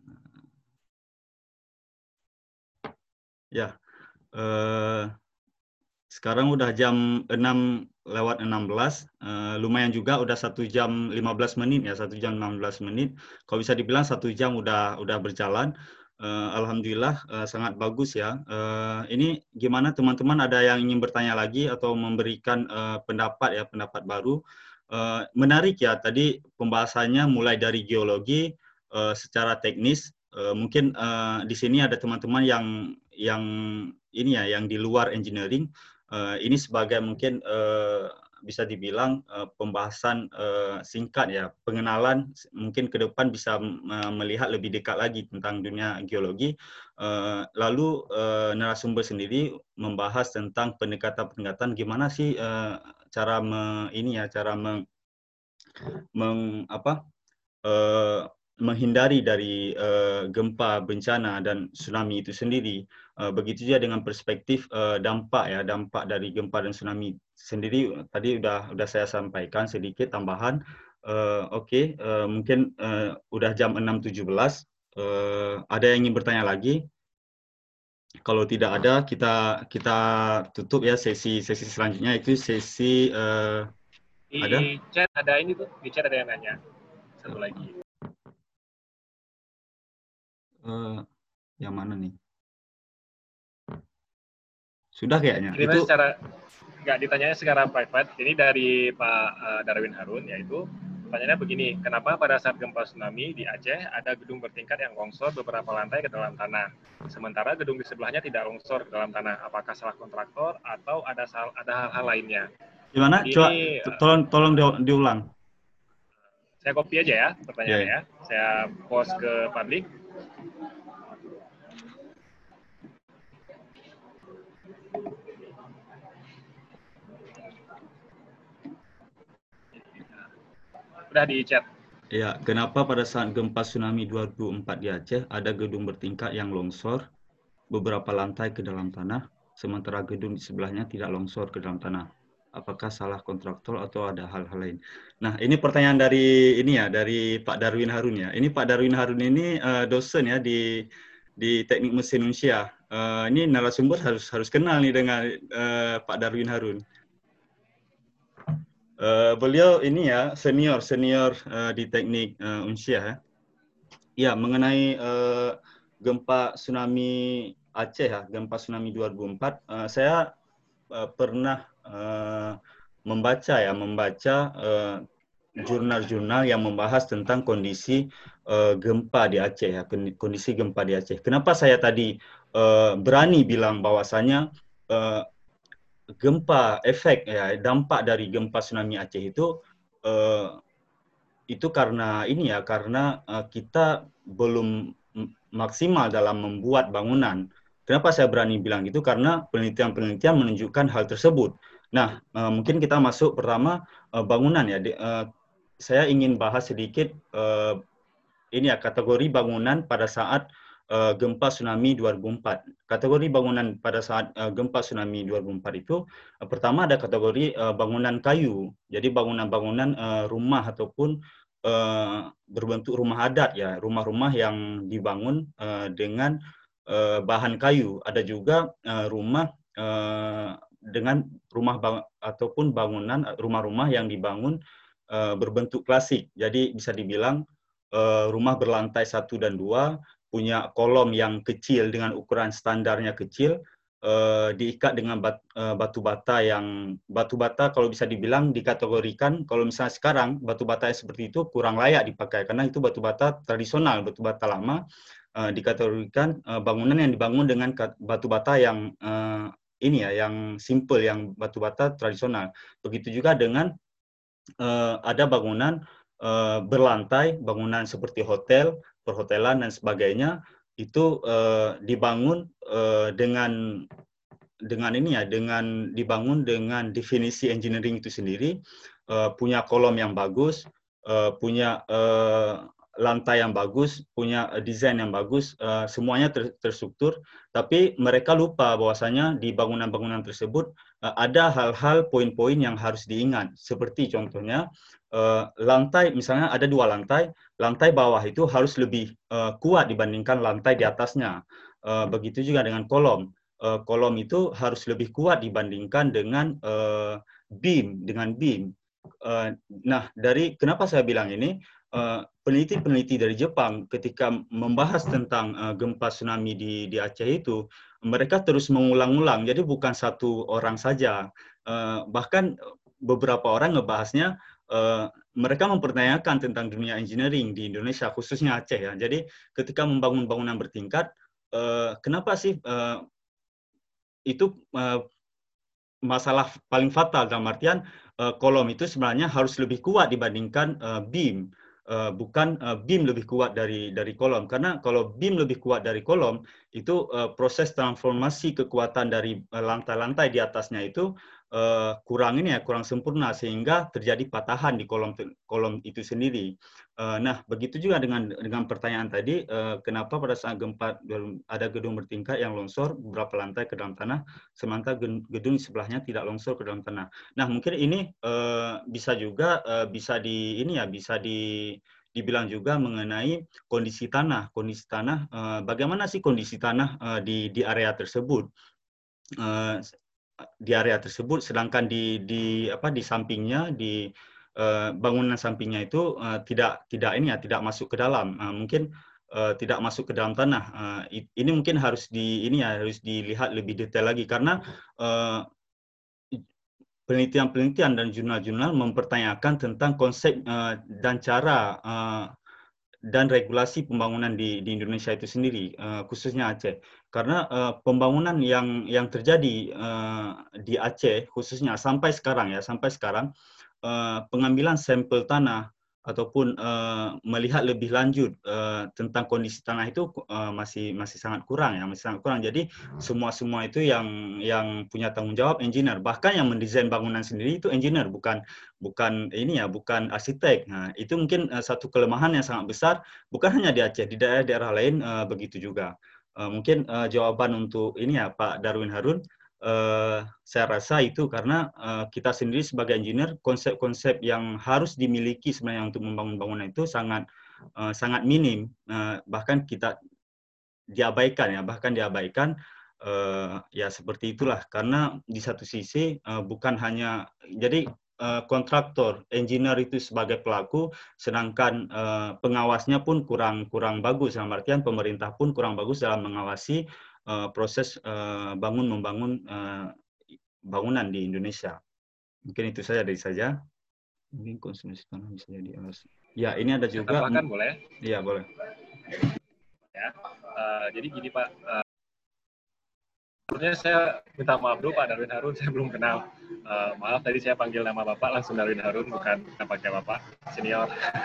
ya. Uh, sekarang udah jam enam lewat enam belas, uh, lumayan juga udah satu jam lima belas menit ya, satu jam enam belas menit. Kalau bisa dibilang satu jam udah udah berjalan. Uh, Alhamdulillah uh, sangat bagus ya. Uh, ini gimana teman-teman, ada yang ingin bertanya lagi atau memberikan uh, pendapat ya, pendapat baru? Uh, menarik ya tadi pembahasannya mulai dari geologi uh, secara teknis. Uh, mungkin uh, di sini ada teman-teman yang yang ini ya, yang di luar engineering. Uh, ini sebagai mungkin uh, bisa dibilang uh, pembahasan uh, singkat ya, pengenalan, mungkin ke depan bisa uh, melihat lebih dekat lagi tentang dunia geologi. Uh, lalu uh, narasumber sendiri membahas tentang pendekatan-pendekatan gimana sih uh, cara me, ini ya, cara meng, meng apa uh, menghindari dari uh, gempa, bencana dan tsunami itu sendiri. Uh, begitu juga dengan perspektif uh, dampak ya, dampak dari gempa dan tsunami sendiri. Tadi udah udah saya sampaikan sedikit tambahan. Uh, Oke, okay. uh, mungkin uh, udah jam enam tujuh belas. Uh, ada yang ingin bertanya lagi? Kalau tidak ada, kita kita tutup ya sesi sesi selanjutnya, itu sesi uh, di ada? chat ada ini tuh, di chat ada yang nanya satu lagi. Uh, yang mana nih? Sudah kayaknya. Ini itu secara nggak ditanyanya secara private. Ini dari Pak uh, Darwin Harun, yaitu pertanyaannya begini, kenapa pada saat gempa tsunami di Aceh ada gedung bertingkat yang longsor beberapa lantai ke dalam tanah, sementara gedung di sebelahnya tidak longsor ke dalam tanah? Apakah salah kontraktor atau ada sal ada hal-hal lainnya? Gimana? Jadi Coba ini, tolong tolong diulang. Saya copy aja ya pertanyaannya yeah. ya. Saya post ke publik. Udah di chat. Ya, kenapa pada saat gempa tsunami dua ribu empat di Aceh ada gedung bertingkat yang longsor beberapa lantai ke dalam tanah, sementara gedung di sebelahnya tidak longsor ke dalam tanah? Apakah salah kontraktor atau ada hal-hal lain? Nah, ini pertanyaan dari ini ya, dari Pak Darwin Harun ya. Ini Pak Darwin Harun ini uh, dosen ya di di Teknik Mesin Unsia. Uh, ini narasumber harus harus kenal nih dengan uh, Pak Darwin Harun. Uh, beliau ini ya senior senior uh, di Teknik uh, Unsia ya. Ya, mengenai uh, gempa tsunami Aceh ya, gempa tsunami dua ribu empat, uh, saya uh, pernah uh, membaca ya, membaca uh, jurnal-jurnal yang membahas tentang kondisi uh, gempa di Aceh, ya, kondisi gempa di Aceh. Kenapa saya tadi uh, berani bilang bahwasanya uh, gempa, efek, ya, dampak dari gempa tsunami Aceh itu uh, itu karena ini ya, karena uh, kita belum maksimal dalam membuat bangunan. Kenapa saya berani bilang gitu? Karena penelitian-penelitian menunjukkan hal tersebut. Nah, uh, mungkin kita masuk pertama uh, bangunan ya. Di, uh, saya ingin bahas sedikit uh, ini ya, kategori bangunan pada saat uh, gempa tsunami dua ribu empat. Kategori bangunan pada saat uh, gempa tsunami dua ribu empat itu uh, pertama ada kategori uh, bangunan kayu. Jadi bangunan-bangunan uh, rumah ataupun uh, berbentuk rumah adat ya, rumah-rumah yang dibangun uh, dengan uh, bahan kayu. Ada juga uh, rumah uh, dengan rumah bang ataupun bangunan rumah-rumah yang dibangun uh, berbentuk klasik. Jadi bisa dibilang uh, rumah berlantai satu dan dua, punya kolom yang kecil dengan ukuran standarnya kecil, uh, diikat dengan bat, uh, batu bata yang batu bata kalau bisa dibilang dikategorikan, kalau misalnya sekarang batu bata yang seperti itu kurang layak dipakai karena itu batu bata tradisional, batu bata lama, uh, dikategorikan uh, bangunan yang dibangun dengan batu bata yang uh, ini ya, yang simple, yang batu bata tradisional. Begitu juga dengan uh, ada bangunan uh, berlantai, bangunan seperti hotel, perhotelan dan sebagainya, itu uh, dibangun uh, dengan dengan ini ya, dengan dibangun dengan definisi engineering itu sendiri, uh, punya kolom yang bagus, uh, punya uh, lantai yang bagus, punya desain yang bagus, uh, semuanya ter terstruktur, tapi mereka lupa bahwasanya di bangunan-bangunan tersebut uh, ada hal-hal poin-poin yang harus diingat, seperti contohnya uh, lantai, misalnya ada dua lantai, lantai bawah itu harus lebih uh, kuat dibandingkan lantai di atasnya. Uh, begitu juga dengan kolom. Uh, kolom itu harus lebih kuat dibandingkan dengan uh, beam, dengan beam. Uh, nah, dari kenapa saya bilang ini, uh, peneliti-peneliti dari Jepang ketika membahas tentang uh, gempa tsunami di, di Aceh itu, mereka terus mengulang-ulang. Jadi bukan satu orang saja. Uh, bahkan beberapa orang ngebahasnya, uh, mereka mempertanyakan tentang dunia engineering di Indonesia, khususnya Aceh ya. Jadi ketika membangun bangunan bertingkat, uh, kenapa sih uh, itu uh, masalah paling fatal, dalam artian uh, kolom itu sebenarnya harus lebih kuat dibandingkan uh, beam, uh, bukan uh, beam lebih kuat dari dari kolom, karena kalau beam lebih kuat dari kolom itu uh, proses transformasi kekuatan dari lantai-lantai uh, di atasnya itu uh, kurang ini ya, kurang sempurna sehingga terjadi patahan di kolom kolom itu sendiri. Uh, nah, begitu juga dengan dengan pertanyaan tadi, uh, kenapa pada saat gempa ada gedung bertingkat yang longsor beberapa lantai ke dalam tanah, sementara gedung sebelahnya tidak longsor ke dalam tanah. Nah, mungkin ini uh, bisa juga uh, bisa di ini ya, bisa di dibilang juga mengenai kondisi tanah, kondisi tanah. Uh, bagaimana sih kondisi tanah uh, di di area tersebut? Uh, di area tersebut, sedangkan di di apa di sampingnya, di uh, bangunan sampingnya itu uh, tidak tidak ini ya, tidak masuk ke dalam. Uh, mungkin uh, tidak masuk ke dalam tanah. Uh, ini mungkin harus di ini ya, harus dilihat lebih detail lagi karena uh, penelitian-penelitian dan jurnal-jurnal mempertanyakan tentang konsep uh, dan cara uh, dan regulasi pembangunan di, di Indonesia itu sendiri, uh, khususnya Aceh. Karena uh, pembangunan yang yang terjadi uh, di Aceh, khususnya sampai sekarang ya, sampai sekarang, uh, pengambilan sampel tanah ataupun uh, melihat lebih lanjut uh, tentang kondisi tanah itu uh, masih masih sangat kurang ya, masih sangat kurang. Jadi semua semua itu yang yang punya tanggung jawab engineer. Bahkan yang mendesain bangunan sendiri itu engineer, bukan bukan ini ya, bukan arsitek. Nah, itu mungkin uh, satu kelemahan yang sangat besar, bukan hanya di Aceh, di daerah-daerah lain uh, begitu juga. Uh, mungkin uh, jawaban untuk ini ya Pak Darwin Harun, uh, saya rasa itu karena uh, kita sendiri sebagai engineer, konsep-konsep yang harus dimiliki sebenarnya untuk membangun bangunan itu sangat uh, sangat minim, uh, bahkan kita diabaikan ya, bahkan diabaikan. Uh, ya seperti itulah, karena di satu sisi uh, bukan hanya jadi uh, kontraktor, engineer itu sebagai pelaku, sedangkan uh, pengawasnya pun kurang kurang bagus, dalam artian pemerintah pun kurang bagus dalam mengawasi uh, proses uh, bangun membangun uh, bangunan di Indonesia. Mungkin itu saja dari saya. Mungkin konsumsi tanah bisa jadi alasan. Ya, ini ada Saya juga. tambahkan boleh? Iya, boleh. Ya, uh, jadi gini Pak, uh, sebetulnya saya minta maaf dulu Pak Darwin Harun, saya belum kenal. Uh, maaf tadi saya panggil nama Bapak langsung Darwin Harun, bukan pakai Bapak senior.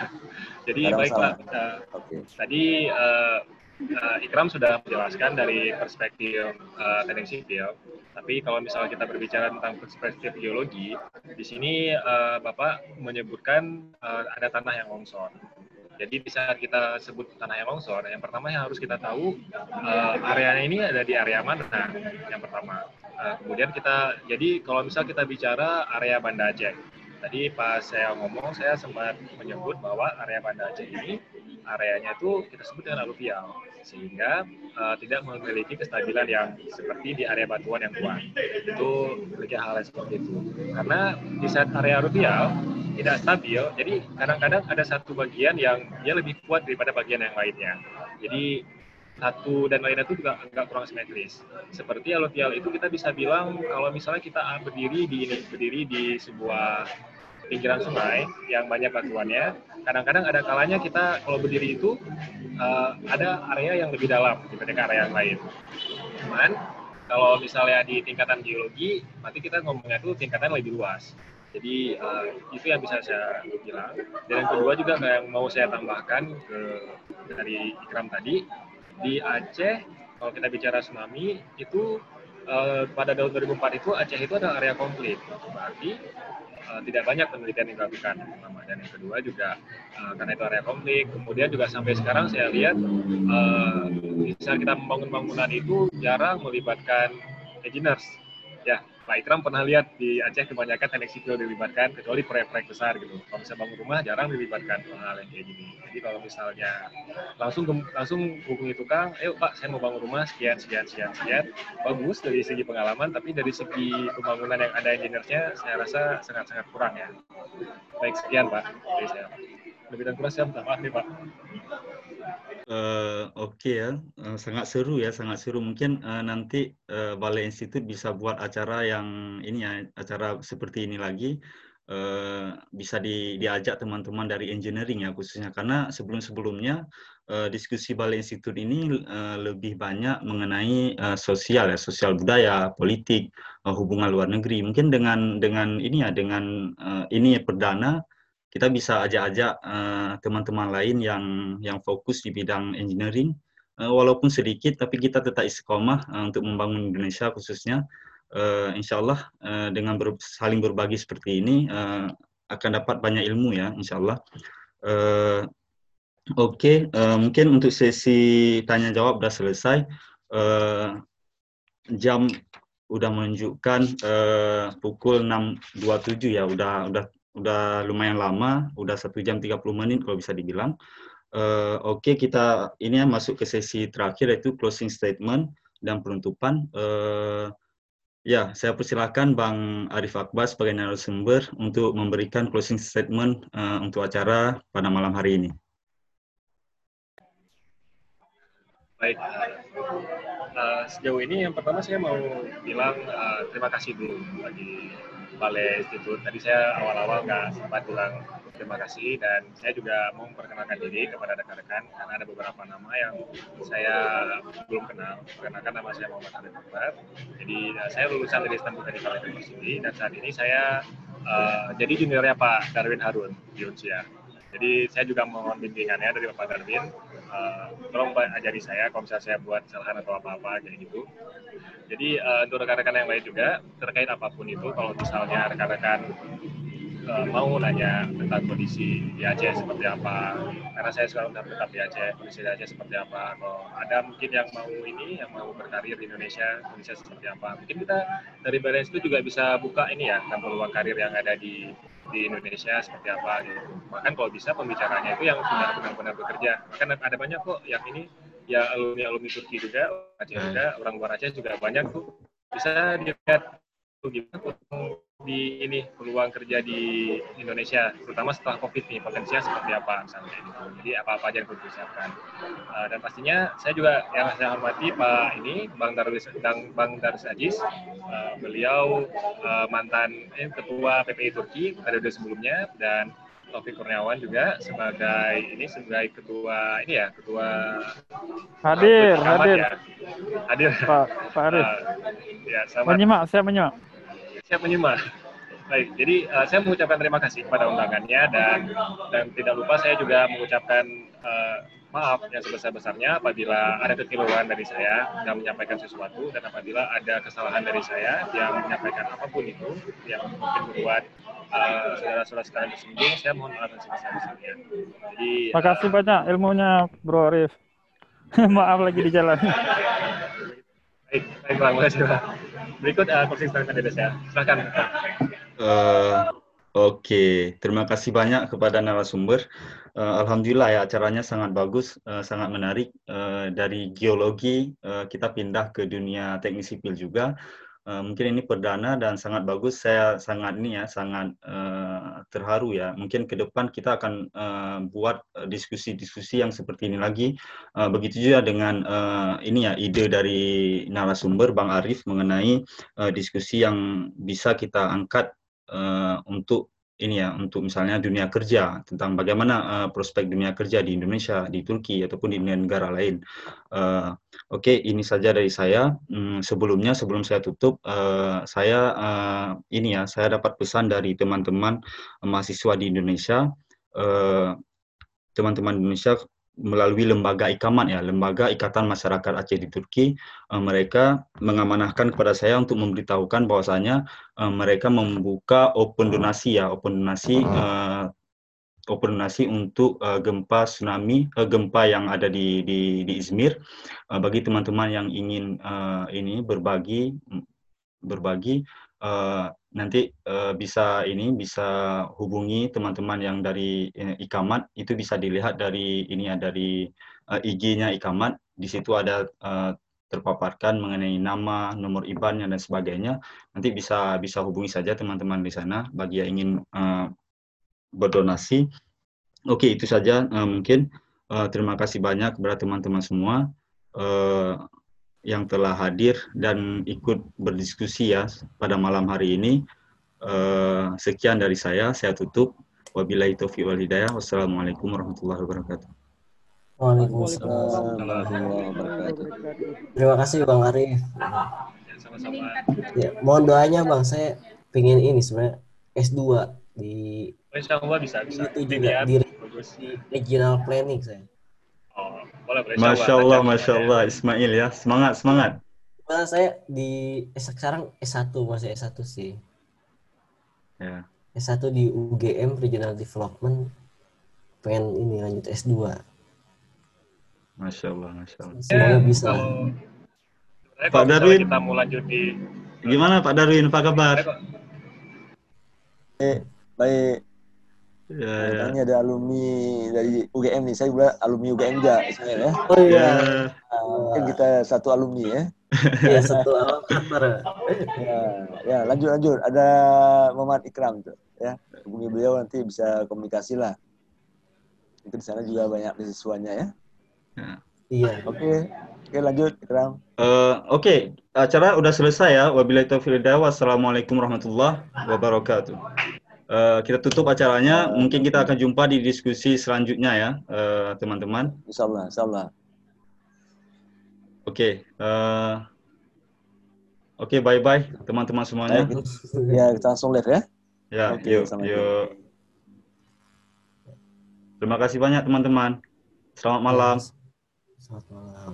Jadi baik Pak, uh, okay. Tadi uh, uh, Ikram sudah menjelaskan dari perspektif uh, teknik sipil, tapi kalau misalnya kita berbicara tentang perspektif geologi, di sini uh, Bapak menyebutkan uh, ada tanah yang longsor. Jadi di saat kita sebut tanah yang longsor, yang pertama yang harus kita tahu uh, areanya ini ada di area mana, yang pertama. Uh, kemudian kita, jadi kalau misal kita bicara area Banda Aceh, tadi pas saya ngomong, saya sempat menyebut bahwa area Banda Aceh ini, areanya itu kita sebut dengan aluvial, sehingga uh, tidak memiliki kestabilan yang seperti di area batuan yang kuat. Itu memiliki hal yang seperti itu. Karena di saat area aluvial, tidak stabil, jadi kadang-kadang ada satu bagian yang dia lebih kuat daripada bagian yang lainnya. Jadi satu dan lainnya itu juga agak kurang simetris. Seperti aluvial itu kita bisa bilang kalau misalnya kita berdiri di ini, berdiri di sebuah pinggiran sungai yang banyak batuannya, kadang-kadang ada kalanya kita kalau berdiri itu uh, ada area yang lebih dalam dibandingkan area yang lain. Cuman kalau misalnya di tingkatan geologi, nanti kita ngomongnya itu tingkatan lebih luas. Jadi uh, itu yang bisa saya bilang. Dan yang kedua juga yang mau saya tambahkan ke dari Ikram tadi, di Aceh kalau kita bicara tsunami itu uh, pada tahun dua ribu empat itu Aceh itu adalah area konflik. Berarti uh, tidak banyak penelitian yang dilakukan. Dan yang kedua juga uh, karena itu area konflik. Kemudian juga sampai sekarang saya lihat uh, bisa kita membangun bangunan itu jarang melibatkan engineers. Ya, Pak Ikram pernah lihat di Aceh kebanyakan teknik sipil dilibatkan, kecuali proyek-proyek besar gitu. Kalau misalnya bangun rumah jarang dilibatkan hal yang kayak gini. Jadi kalau misalnya langsung langsung hubungi tukang, ayo Pak saya mau bangun rumah sekian sekian sekian sekian, bagus dari segi pengalaman, tapi dari segi pembangunan yang ada engineer-nya saya rasa sangat-sangat kurang ya. Baik sekian Pak, dari saya. Lebih dan kurang saya minta maaf nih Pak. Uh, Oke okay ya, uh, sangat seru ya, sangat seru. Mungkin uh, nanti uh, Balai Institut bisa buat acara yang ini ya, acara seperti ini lagi. Uh, bisa di, diajak teman-teman dari engineering ya khususnya, karena sebelum-sebelumnya uh, diskusi Balai Institut ini uh, lebih banyak mengenai uh, sosial ya, sosial budaya, politik, uh, hubungan luar negeri. Mungkin dengan dengan ini ya, dengan uh, ini ya perdana. Kita bisa ajak-ajak uh, teman-teman lain yang yang fokus di bidang engineering, uh, walaupun sedikit, tapi kita tetap istiqomah uh, untuk membangun Indonesia khususnya. Uh, insya Allah uh, dengan ber, saling berbagi seperti ini uh, akan dapat banyak ilmu ya, insya Allah. Uh, Oke, okay. uh, mungkin untuk sesi tanya jawab sudah selesai. Uh, jam udah menunjukkan uh, pukul enam dua puluh tujuh ya, udah udah udah lumayan lama, udah satu jam tiga puluh menit kalau bisa dibilang. Uh, Oke, okay, kita ini ya masuk ke sesi terakhir yaitu closing statement dan penutupan. Uh, ya, saya persilakan Bang Arif Akbar sebagai narasumber untuk memberikan closing statement uh, untuk acara pada malam hari ini. Baik, uh, sejauh ini yang pertama saya mau bilang uh, terima kasih dulu bagi Balai Institut. Tadi saya awal-awal nggak sempat bilang terima kasih, dan saya juga mau memperkenalkan diri kepada rekan-rekan karena ada beberapa nama yang saya belum kenal. Perkenalkan, nama saya Muhammad Arif Akbar. Jadi uh, saya lulusan dari Istanbul Technical University dan saat ini saya uh, jadi juniornya Pak Darwin Harun di Unsia. Jadi saya juga mohon bimbingannya dari Bapak Darwin. Uh, tolong ajari saya kalau misalnya saya buat kesalahan atau apa-apa kayak gitu. Jadi uh, untuk rekan-rekan yang lain juga terkait apapun itu, kalau misalnya rekan-rekan uh, mau nanya tentang kondisi di Aceh seperti apa, karena saya sekarang sudah tetap di Aceh, kondisi di Aceh seperti apa, atau ada mungkin yang mau ini, yang mau berkarir di Indonesia, Indonesia seperti apa, mungkin kita dari Balai itu juga bisa buka ini ya, peluang karir yang ada di di Indonesia seperti apa gitu. Bahkan kalau bisa pembicaranya itu yang sudah benar-benar bekerja. Bahkan ada banyak kok yang ini ya alumni-alumni Turki juga, Aceh juga, orang luar Aceh juga banyak tuh. Bisa dilihat tuh gimana di ini peluang kerja di Indonesia, terutama setelah COVID nih, potensinya seperti apa misalnya gitu. Jadi apa-apa aja yang perlu disiapkan. Uh, dan pastinya saya juga yang saya hormati Pak ini Bang Darwis, Bang, Bang Darwis Aziz, uh, beliau uh, mantan eh, ketua P P I Turki periode sebelumnya, dan Taufik Kurniawan juga sebagai ini sebagai ketua ini ya ketua hadir uh, hadir ya. hadir Pak Pak Arif. Uh, ya, menyimak saya menyimak. Siap menyimak. Baik, jadi uh, saya mengucapkan terima kasih kepada undangannya, dan dan tidak lupa saya juga mengucapkan uh, maaf yang sebesar-besarnya apabila ada kekeliruan dari saya dalam menyampaikan sesuatu, dan apabila ada kesalahan dari saya yang menyampaikan apapun itu yang mungkin membuat uh, saudara-saudara sekalian tersinggung, saya mohon maaf yang sebesar-besarnya. Jadi terima kasih uh, banyak ilmunya Bro Arif. Maaf lagi di jalan. Baik, baik Bang, makasih Bang. Berikut uh, closing statement dari saya. Silakan. Uh, Oke, okay. Terima kasih banyak kepada narasumber. Uh, Alhamdulillah ya, acaranya sangat bagus, uh, sangat menarik. Uh, dari geologi, uh, kita pindah ke dunia teknik sipil juga. Uh, mungkin ini perdana dan sangat bagus. Saya sangat ini ya, sangat uh, terharu ya. Mungkin ke depan kita akan uh, buat diskusi-diskusi yang seperti ini lagi. Uh, begitu juga dengan uh, ini ya, ide dari narasumber Bang Arif mengenai uh, diskusi yang bisa kita angkat uh, untuk ini ya, untuk misalnya dunia kerja, tentang bagaimana uh, prospek dunia kerja di Indonesia, di Turki, ataupun di negara lain. Uh, Oke, okay, ini saja dari saya. Hmm, sebelumnya, sebelum saya tutup, uh, saya uh, ini ya, saya dapat pesan dari teman-teman uh, mahasiswa di Indonesia, uh, teman-teman Indonesia melalui lembaga ikaman ya, lembaga Ikatan Masyarakat Aceh di Turki, uh, mereka mengamanahkan kepada saya untuk memberitahukan bahwasanya uh, mereka membuka open donasi ya, open donasi, uh, open donasi untuk uh, gempa tsunami, uh, gempa yang ada di di, di Izmir, uh, bagi teman-teman yang ingin uh, ini berbagi, berbagi. Uh, nanti uh, bisa ini bisa hubungi teman-teman yang dari uh, Ikamat, itu bisa dilihat dari ini ya, dari uh, I G-nya Ikamat. Di situ ada uh, terpaparkan mengenai nama, nomor I B A N-nya dan sebagainya. Nanti bisa bisa hubungi saja teman-teman di sana bagi yang ingin uh, berdonasi. Oke, itu saja uh, mungkin. Uh, terima kasih banyak kepada teman-teman semua uh, yang telah hadir dan ikut berdiskusi ya pada malam hari ini. Uh, sekian dari saya, saya tutup. Wabillahi taufiq wal hidayah. Wassalamualaikum warahmatullahi wabarakatuh. Waalaikumsalam warahmatullahi wabarakatuh. Terima kasih Bang Arif. Sama-sama. Ya, mohon doanya Bang, saya pengen ini sebenarnya S dua di Insya Allah bisa bisa. itu juga di, di regional planning saya. Oh, boleh, boleh. Masya Allah, Masya Allah, Ismail ya, semangat, semangat. Nah, saya di sekarang S satu, masih S satu sih. Ya. S satu di U G M Regional Development, pengen ini lanjut S dua. Masya Allah, Masya Allah. Semoga bisa. Kalau, Pak Darwin, kita mau lanjut di... Gimana Pak Darwin, apa kabar? Eh, baik. Ya, nah, ya. Ini ada alumni dari U G M nih, saya juga alumni U G M juga Ismail ya. Oh iya. Ya. Mungkin uh, kita satu alumni ya. Iya, satu alumni. Ya, ya, lanjut lanjut. Ada Muhammad Ikram tuh, ya. Hubungi beliau nanti bisa komunikasi lah. Itu di sana juga banyak mahasiswanya ya. Ya. Iya. Oke, oke lanjut Ikram. Uh, Oke, okay. Acara udah selesai ya. Wabillahi taufiq wal hidayah. Wassalamualaikum warahmatullahi wabarakatuh. Uh, kita tutup acaranya. Uh, Mungkin kita akan jumpa di diskusi selanjutnya ya, uh, teman-teman. Insyaallah, insyaallah. Oke, okay. uh, oke, okay, bye-bye teman-teman semuanya. Baik, ya kita langsung live ya. Ya, okay, yuk, yuk. Terima kasih banyak teman-teman. Selamat malam. Selamat malam.